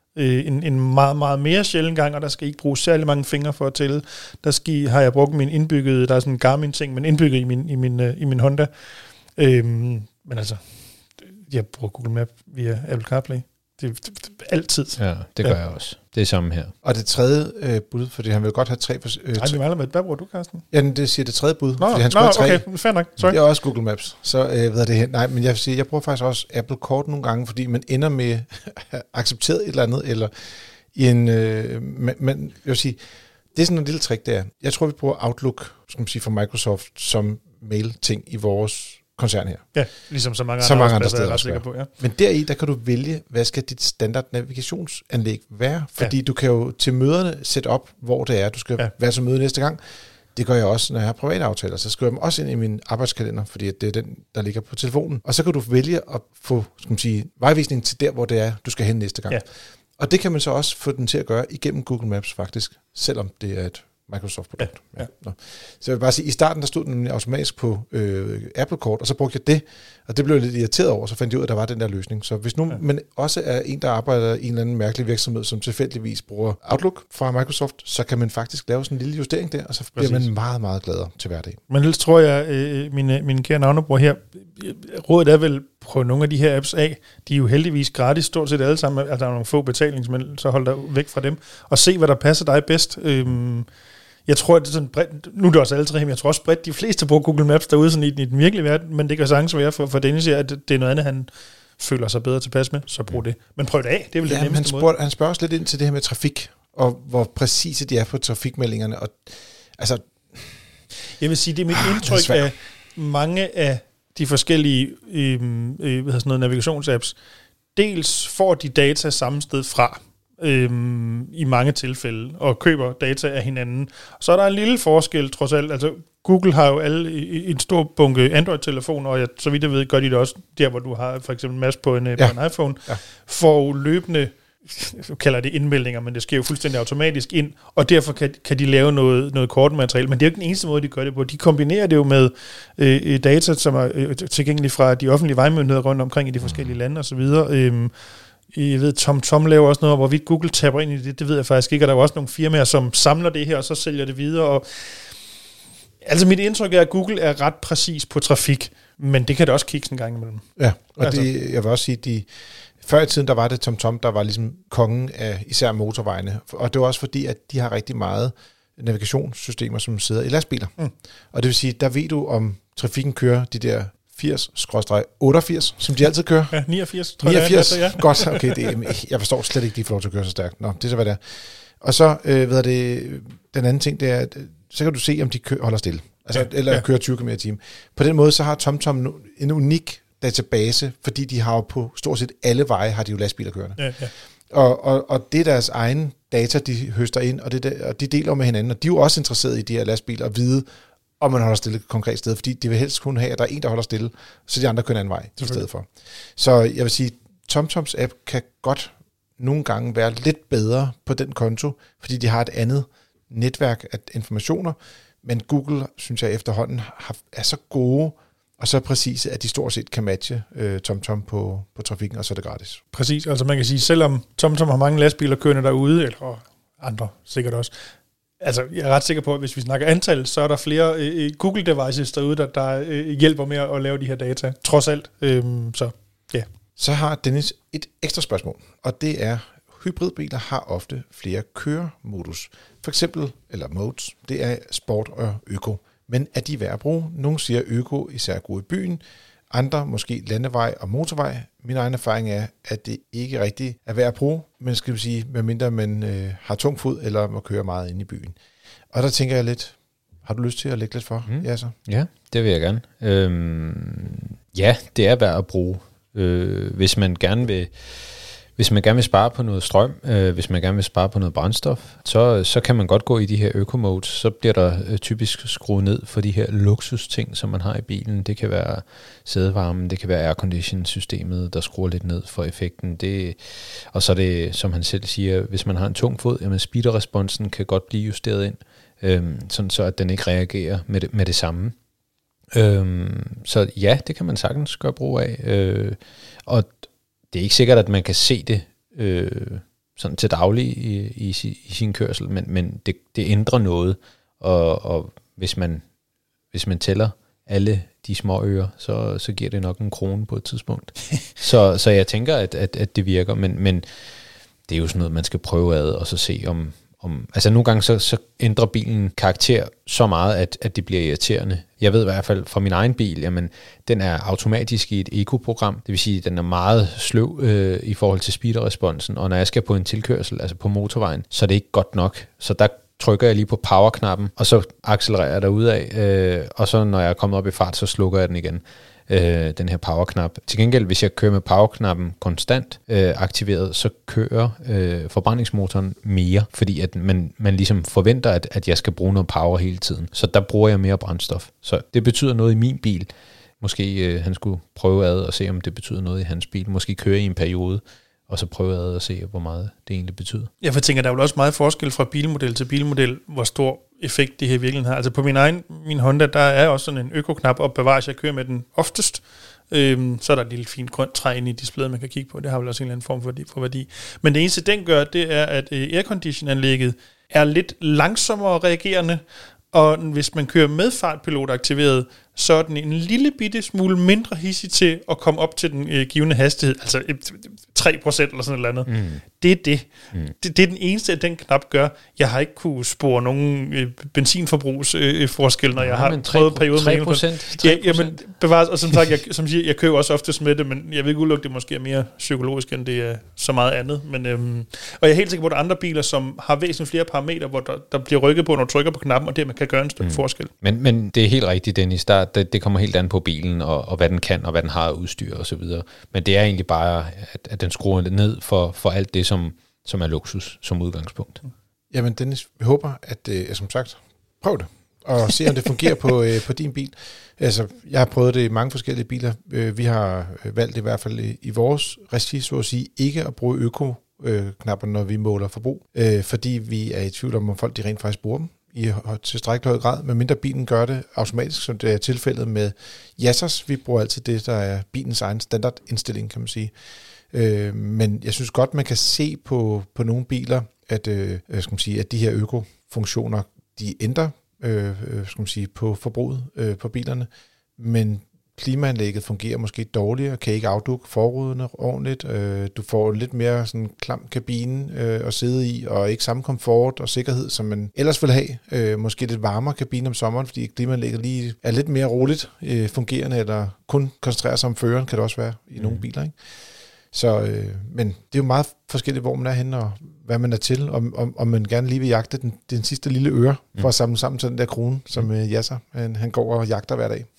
En meget, meget mere sjælden gang, og der skal ikke bruge særlig mange fingre for at tælle. Har jeg brugt min indbyggede, der er sådan en Garmin-ting, men indbygget i min Honda. Men altså, jeg bruger Google Maps via Apple CarPlay. Det altid. Ja, det gør jeg også. Det er samme her. Og det tredje bud, fordi han vil godt have 3... Nej, vi mangler med, hvad bruger du, Carsten? Ja, det siger det tredje bud, fordi han skulle have 3. Okay, fair nok. Sorry. Det er også Google Maps. Så ved det her. Nej, men jeg vil sige, jeg bruger faktisk også Apple Kort nogle gange, fordi man ender med at acceptere et eller andet, eller i en... men jeg vil sige, det er sådan en lille trick, der. Jeg tror, vi bruger Outlook, skal man sige, fra Microsoft, som mail-ting i vores koncern her. Ja, ligesom så mange andre steder også på, ja. Men deri, der kan du vælge, hvad skal dit standard navigationsanlæg være? Fordi du kan jo til møderne sætte op, hvor det er, du skal være til møde næste gang. Det gør jeg også, når jeg har private aftaler. Så skriver jeg dem også ind i min arbejdskalender, fordi det er den, der ligger på telefonen. Og så kan du vælge at få, skal man sige, vejvisning til der, hvor det er, du skal hen næste gang. Ja. Og det kan man så også få den til at gøre igennem Google Maps faktisk, selvom det er et Microsoft-produkt. Ja. Så jeg vil bare sige, i starten der stod den automatisk på Apple-kort, og så brugte jeg det, og det blev jeg lidt irriteret over, så fandt jeg ud af, at der var den der løsning. Så hvis nu man også er en, der arbejder i en eller anden mærkelig virksomhed, som tilfældigvis bruger Outlook fra Microsoft, så kan man faktisk lave sådan en lille justering der, og så bliver man meget, meget gladere til hverdagen. Men ellers tror jeg, mine kære navnebror her, rådet er vel prøve nogle af de her apps af. De er jo heldigvis gratis, stort set alle sammen. Altså der er nogle få betalingsmænd, så hold dig væk fra dem, og se, hvad der passer dig bedst. Jeg tror, at det er sådan bredt, nu er det også alle tre, men jeg tror også bredt, de fleste bruger Google Maps derude sådan i den virkelige verden, men det kan sagtens være for Dennis, at det er noget andet, han føler sig bedre tilpas med, så brug det. Men prøv det af, det er vel det nemmeste måde. Han spørger også lidt ind til det her med trafik, og hvor præcise de er på trafikmeldingerne. Og, altså, jeg vil sige, det er mit indtryk af mange af de forskellige navigationsapps. Dels får de data samme sted fra, i mange tilfælde, og køber data af hinanden. Så er der en lille forskel, trods alt. Altså, Google har jo en stor bunke Android-telefoner, og så vidt jeg ved, gør de det også der, hvor du har for eksempel Mads på en iPhone, får løbende jeg kalder det indmeldinger, men det sker jo fuldstændig automatisk ind, og derfor kan de lave noget kortmateriale, men det er jo ikke den eneste måde, de gør det på. De kombinerer det jo med data, som er tilgængelige fra de offentlige vejmyndigheder rundt omkring i de forskellige lande osv. Jeg ved, TomTom laver også noget, hvorvidt Google tapper ind i det ved jeg faktisk ikke, og der er jo også nogle firmaer, som samler det her, og så sælger det videre, og altså mit indtryk er, at Google er ret præcis på trafik, men det kan det også kigge en gang imellem. Ja, og altså, jeg vil også sige, før i tiden, der var det TomTom, der var ligesom kongen af især motorvejene, og det var også fordi, at de har rigtig meget navigationssystemer, som sidder i lastbiler. Og det vil sige, der ved du, om trafikken kører de der 80/88, som de altid kører. Ja, 89. 89, ja. Godt, okay, jeg forstår slet ikke, de får lov til at køre så stærkt. Nå, det er så, hvad det er. Og så, den anden ting, det er, at så kan du se, om de holder stille. Altså, eller kører 20 km/t. På den måde, så har TomTom en unik database, fordi de har jo på stort set alle veje, har de jo lastbiler kørende. Ja. Og det er deres egen data, de høster ind, og de deler med hinanden, og de er jo også interesserede i de her lastbiler, at vide, om man holder stille et konkret sted, fordi de vil helst kun have, at der er en, der holder stille, så de andre kører en anden vej i stedet for. Så jeg vil sige, TomToms app kan godt nogle gange være lidt bedre på den konto, fordi de har et andet netværk af informationer, men Google, synes jeg efterhånden, er så gode og så præcise, at de stort set kan matche TomTom på trafikken, og så er det gratis. Præcis, altså man kan sige, selvom TomTom har mange lastbiler kørende derude, eller andre sikkert også, altså jeg er ret sikker på, at hvis vi snakker antal, så er der flere Google-devices derude, der hjælper med at lave de her data, trods alt. Så har Dennis et ekstra spørgsmål, og det er, hybridbiler har ofte flere køremodus. For eksempel, eller modes, det er sport og øko. Men er de værd at bruge? Nogle siger øko især god i byen, andre måske landevej og motorvej. Min egen erfaring er, at det ikke rigtig er værd at bruge, men skal vi sige, medmindre man har tung fod eller må køre meget ind i byen. Og der tænker jeg lidt, har du lyst til at lægge lidt for? Ja, det vil jeg gerne. Ja, det er værd at bruge, hvis man gerne vil spare på noget strøm, hvis man gerne vil spare på noget brændstof, så kan man godt gå i de her økomodes. Så bliver der typisk skruet ned for de her luksusting, som man har i bilen. Det kan være sædevarmen, det kan være aircondition-systemet, der skruer lidt ned for effekten. Og så er det, som han selv siger, hvis man har en tung fod, jamen speederresponsen kan godt blive justeret ind, sådan så at den ikke reagerer med det samme. Så ja, det kan man sagtens gøre brug af. Og det er ikke sikkert, at man kan se det sådan til daglig i sin kørsel, men det ændrer noget, og hvis man tæller alle de små ører, så giver det nok en krone på et tidspunkt. så jeg tænker, at det virker, men det er jo sådan noget, man skal prøve ad, og så se om altså nogle gange så ændrer bilen karakter så meget, at det bliver irriterende. Jeg ved i hvert fald fra min egen bil, jamen den er automatisk i et eco-program, det vil sige, at den er meget sløv i forhold til speederresponsen, og når jeg skal på en tilkørsel, altså på motorvejen, så er det ikke godt nok. Så der trykker jeg lige på power-knappen, og så accelererer jeg derudad, og så når jeg er kommet op i fart, så slukker jeg den igen. Den her powerknap. Til gengæld, hvis jeg kører med powerknappen konstant aktiveret, så kører forbrændingsmotoren mere, fordi at man ligesom forventer, at jeg skal bruge noget power hele tiden. Så der bruger jeg mere brændstof. Så det betyder noget i min bil. Måske han skulle prøve ad og se, om det betyder noget i hans bil. Måske køre i en periode, og så prøve ad og se, hvor meget det egentlig betyder. Jeg tænker, der er jo også meget forskel fra bilmodel til bilmodel, hvor stor effekt det her virkelig har. Altså på min Honda, der er også sådan en øko-knap opbevares, jeg kører med den oftest. Så er der et lille fint grønt træ inde i displayet, man kan kigge på. Det har vel også en eller anden form for værdi. Men det eneste, den gør, det er, at aircondition-anlægget er lidt langsommere reagerende, og hvis man kører med fartpilot aktiveret, så er den en lille bitte smule mindre hissig til at komme op til den givende hastighed, altså 3% eller sådan et eller andet. Det er det. Det er den eneste, at den knap gør. Jeg har ikke kunne spore nogen benzinforbrugsforskel, når jeg har prøvet perioden med 3%? Ja, jamen, bevares, og som sagt, jeg køber også oftest med det, men jeg vil ikke udelukke, det måske er mere psykologisk, end det er så meget andet. Men, og jeg er helt sikker på, at der er andre biler, som har væsentligt flere parametre, hvor der bliver rykket på, når du trykker på knappen, og det man kan gøre en stykke forskel. Men det er helt rigtigt, Dennis. Det kommer helt an på bilen, og hvad den kan, og hvad den har af udstyr og så videre. Men det er egentlig bare, at den skruer ned for alt det, som er luksus som udgangspunkt. Jamen Dennis, vi håber, at som sagt, prøv det, og se om det fungerer på din bil. Altså, jeg har prøvet det i mange forskellige biler. Vi har valgt i hvert fald i vores regi, så at sige, ikke at bruge knapperne, når vi måler forbrug, fordi vi er i tvivl om folk de rent faktisk bruger dem i tilstrækkelig høj grad, medmindre bilen gør det automatisk, som det er tilfældet med Yazzers. Vi bruger altid det, der er bilens egen standardindstilling, kan man sige. Men jeg synes godt, man kan se på nogle biler, at, at de her økofunktioner, de ændrer på forbruget på bilerne, men klimaanlægget fungerer måske dårligere, kan ikke afdukke forruderne ordentligt, du får lidt mere sådan klam kabine at sidde i, og ikke samme komfort og sikkerhed, som man ellers vil have. Måske lidt varmere kabine om sommeren, fordi klimaanlægget lige er lidt mere roligt fungerende, eller kun koncentrerer sig om føreren, kan det også være i nogle biler, ikke? Så, men det er jo meget forskelligt, hvor man er henne, og hvad man er til, om man gerne lige vil jagte den sidste lille øre, for at samle sammen til den der krone, som Yasser, han går og jagter hver dag.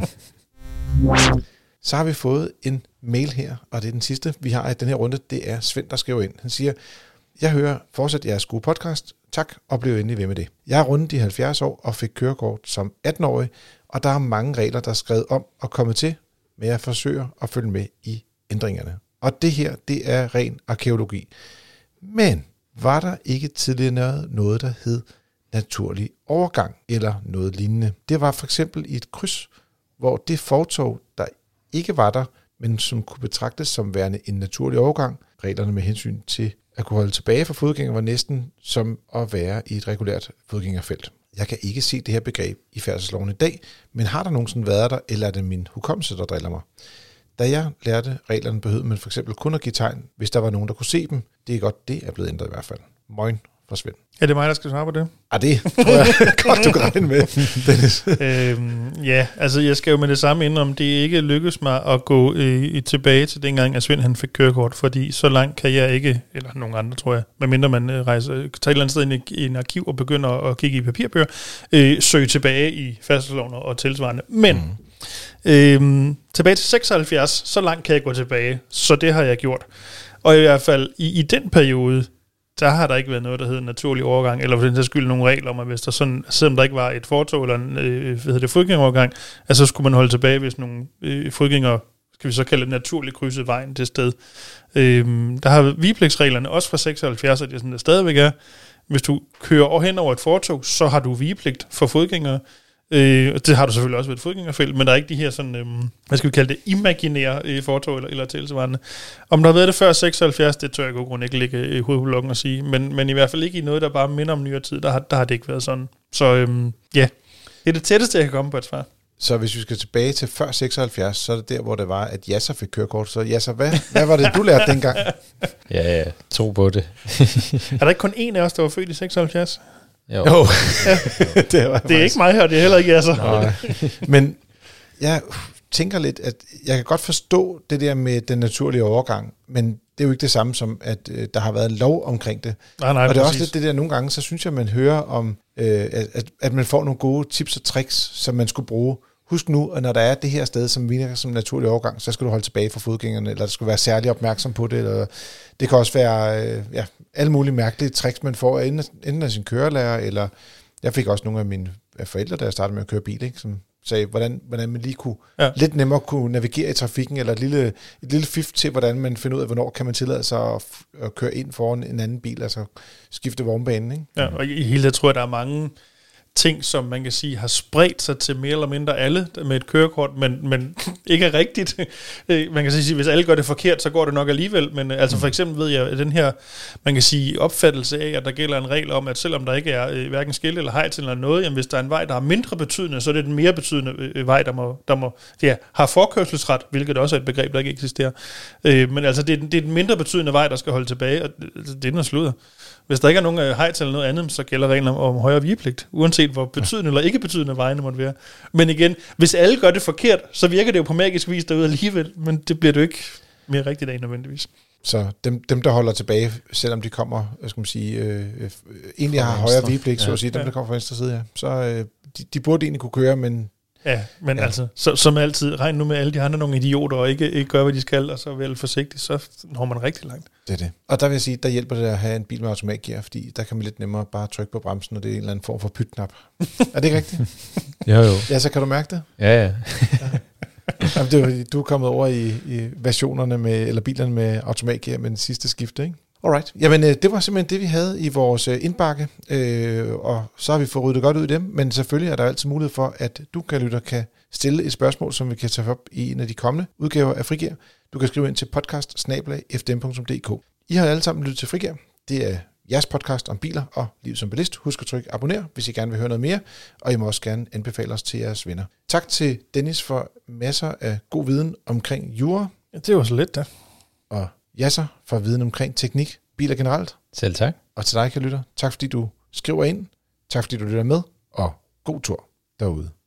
Så har vi fået en mail her, og det er den sidste, vi har i den her runde. Det er Svend, der skriver ind. Han siger, jeg hører fortsat jeres gode podcast. Tak, og bliv endelig ved med det. Jeg er rundet de 70 år og fik kørekort som 18-årig, og der er mange regler, der er skrevet om og kommet til, men jeg forsøger at følge med i ændringerne. Og det her, det er ren arkæologi. Men var der ikke tidligere noget, der hed naturlig overgang eller noget lignende? Det var for eksempel i et kryds, hvor det fortov, der ikke var der, men som kunne betragtes som værende en naturlig overgang, reglerne med hensyn til at kunne holde tilbage for fodgænger var næsten som at være i et regulært fodgængerfelt. Jeg kan ikke se det her begreb i færdselsloven i dag, men har der nogensinde været der, eller er det min hukommelse, der driller mig? Da jeg lærte reglerne, behøvede man for eksempel kun at give tegn, hvis der var nogen, der kunne se dem. Det er godt, det er blevet ændret i hvert fald. Moin fra Svend. Er det mig, der skal svare på det? Det tror jeg godt, du kan regne med, Dennis. Ja, altså jeg skal jo med det samme indrømme, det ikke lykkes mig at gå tilbage til dengang, at Svend han fik kørekort, fordi så langt kan jeg ikke, eller nogen andre tror jeg, medmindre man tager et eller andet sted ind i en arkiv og begynder at kigge i papirbøger, søge tilbage i færdselsloven og tilsvarende. Men tilbage til 76, så langt kan jeg gå tilbage, så det har jeg gjort. Og i hvert fald i den periode, der har der ikke været noget, der hedder naturlig overgang, eller for den sags skyld nogle regler om, at hvis der sådan, selvom der ikke var et fortov eller en fodgængerovergang, altså så skulle man holde tilbage, hvis nogle fodgængere, skal vi så kalde det naturligt krydset vejen til sted. Der har vigepligtsreglerne også fra 76, og det er sådan, der stadigvæk er. Hvis du kører hen over et fortov, så har du vigepligt for fodgængere. Det har du selvfølgelig også ved et fodgængerfelt, men der er ikke de her sådan, hvad skal vi kalde det, imaginære fortov eller tilsvarende. Om der har været det før 76, det tør jeg god grund ikke ligge i hovedblokken at sige, men i hvert fald ikke i noget, der bare minder om nyere tid, der har det ikke været sådan. Så det er det tætteste, jeg kan komme på et svar. Så hvis vi skal tilbage til før 76, så er det der, hvor det var, at Yasser fik kørekort. Så Yasser, hvad var det, du lærte dengang? Ja, tro på det. Er der ikke kun en af os, der var født i 76? Jo. Ja. det er ikke mig her, det er heller ikke Yasser. Nej. Men jeg tænker lidt, at jeg kan godt forstå det der med den naturlige overgang, men det er jo ikke det samme som, at der har været lov omkring det. Nej, og det er også lidt det der, nogle gange, så synes jeg, man hører om, at man får nogle gode tips og tricks, som man skulle bruge. Husk nu, at når der er det her sted, som virker som naturlig overgang, så skal du holde tilbage for fodgængerne, eller du skal være særlig opmærksom på det, eller det kan også være alle mulige mærkelige tricks, man får enten af sin kørelærer, eller jeg fik også nogle af mine forældre, da jeg startede med at køre bil, ikke, som sagde, hvordan man lige kunne lidt nemmere kunne navigere i trafikken, eller et lille fif til, hvordan man finder ud af, hvornår kan man tillade sig at køre ind foran en anden bil, altså skifte vognbanen. Ikke? Ja, og i hele det tror jeg, der er mange ting, som man kan sige, har spredt sig til mere eller mindre alle med et kørekort, men ikke er rigtigt. Man kan sige, hvis alle gør det forkert, så går det nok alligevel, men altså for eksempel ved jeg, at den her, man kan sige, opfattelse af, at der gælder en regel om, at selvom der ikke er hverken skilt eller hegn eller noget, jamen hvis der er en vej, der er mindre betydende, så er det den mere betydende vej, der må har forkørselsret, hvilket også er et begreb, der ikke eksisterer. Men altså, det er den mindre betydende vej, der skal holde tilbage, og det er noget sludder. Hvis der ikke er nogen hejt eller noget andet, så gælder reglen om højere vigepligt, uanset hvor betydende eller ikke betydende vejene måtte være. Men igen, hvis alle gør det forkert, så virker det jo på magisk vis derude alligevel, men det bliver det jo ikke mere rigtigt af nødvendigvis. Så dem, der holder tilbage, selvom de kommer, skal man sige, egentlig har højere vigepligt, så at sige, dem, der kommer fra venstre side, så de burde egentlig kunne køre, men... Ja, men altså, som altid, regn nu med alle de andre nogle idioter, og ikke gør, hvad de skal, og så være forsigtigt, så når man rigtig langt. Det er det. Og der vil jeg sige, der hjælper det at have en bil med automatgear, fordi der kan man lidt nemmere bare trykke på bremsen, og det er en eller anden form for pytknap. Er det ikke rigtigt? Jo. Ja, så kan du mærke det? Ja. Jamen, du er kommet over i versionerne med, eller bilerne med automatgear med den sidste skifte, ikke? Alright. Jamen, det var simpelthen det, vi havde i vores indbakke, og så har vi fået ryddet godt ud i dem, men selvfølgelig er der altid mulighed for, at du, kære lytter, kan stille et spørgsmål, som vi kan tage op i en af de kommende udgaver af Frigir. Du kan skrive ind til podcast@fdm.dk. I har alle sammen lyttet til Frigir. Det er jeres podcast om biler og liv som bilist. Husk at trykke abonner, hvis I gerne vil høre noget mere, og I må også gerne anbefale os til jeres venner. Tak til Dennis for masser af god viden omkring jura. Ja, det var så lidt, da. Og Yasser for viden omkring teknik, biler generelt. Selv tak. Og til dig, kære lytter, tak fordi du skriver ind, tak fordi du lytter med, og god tur derude.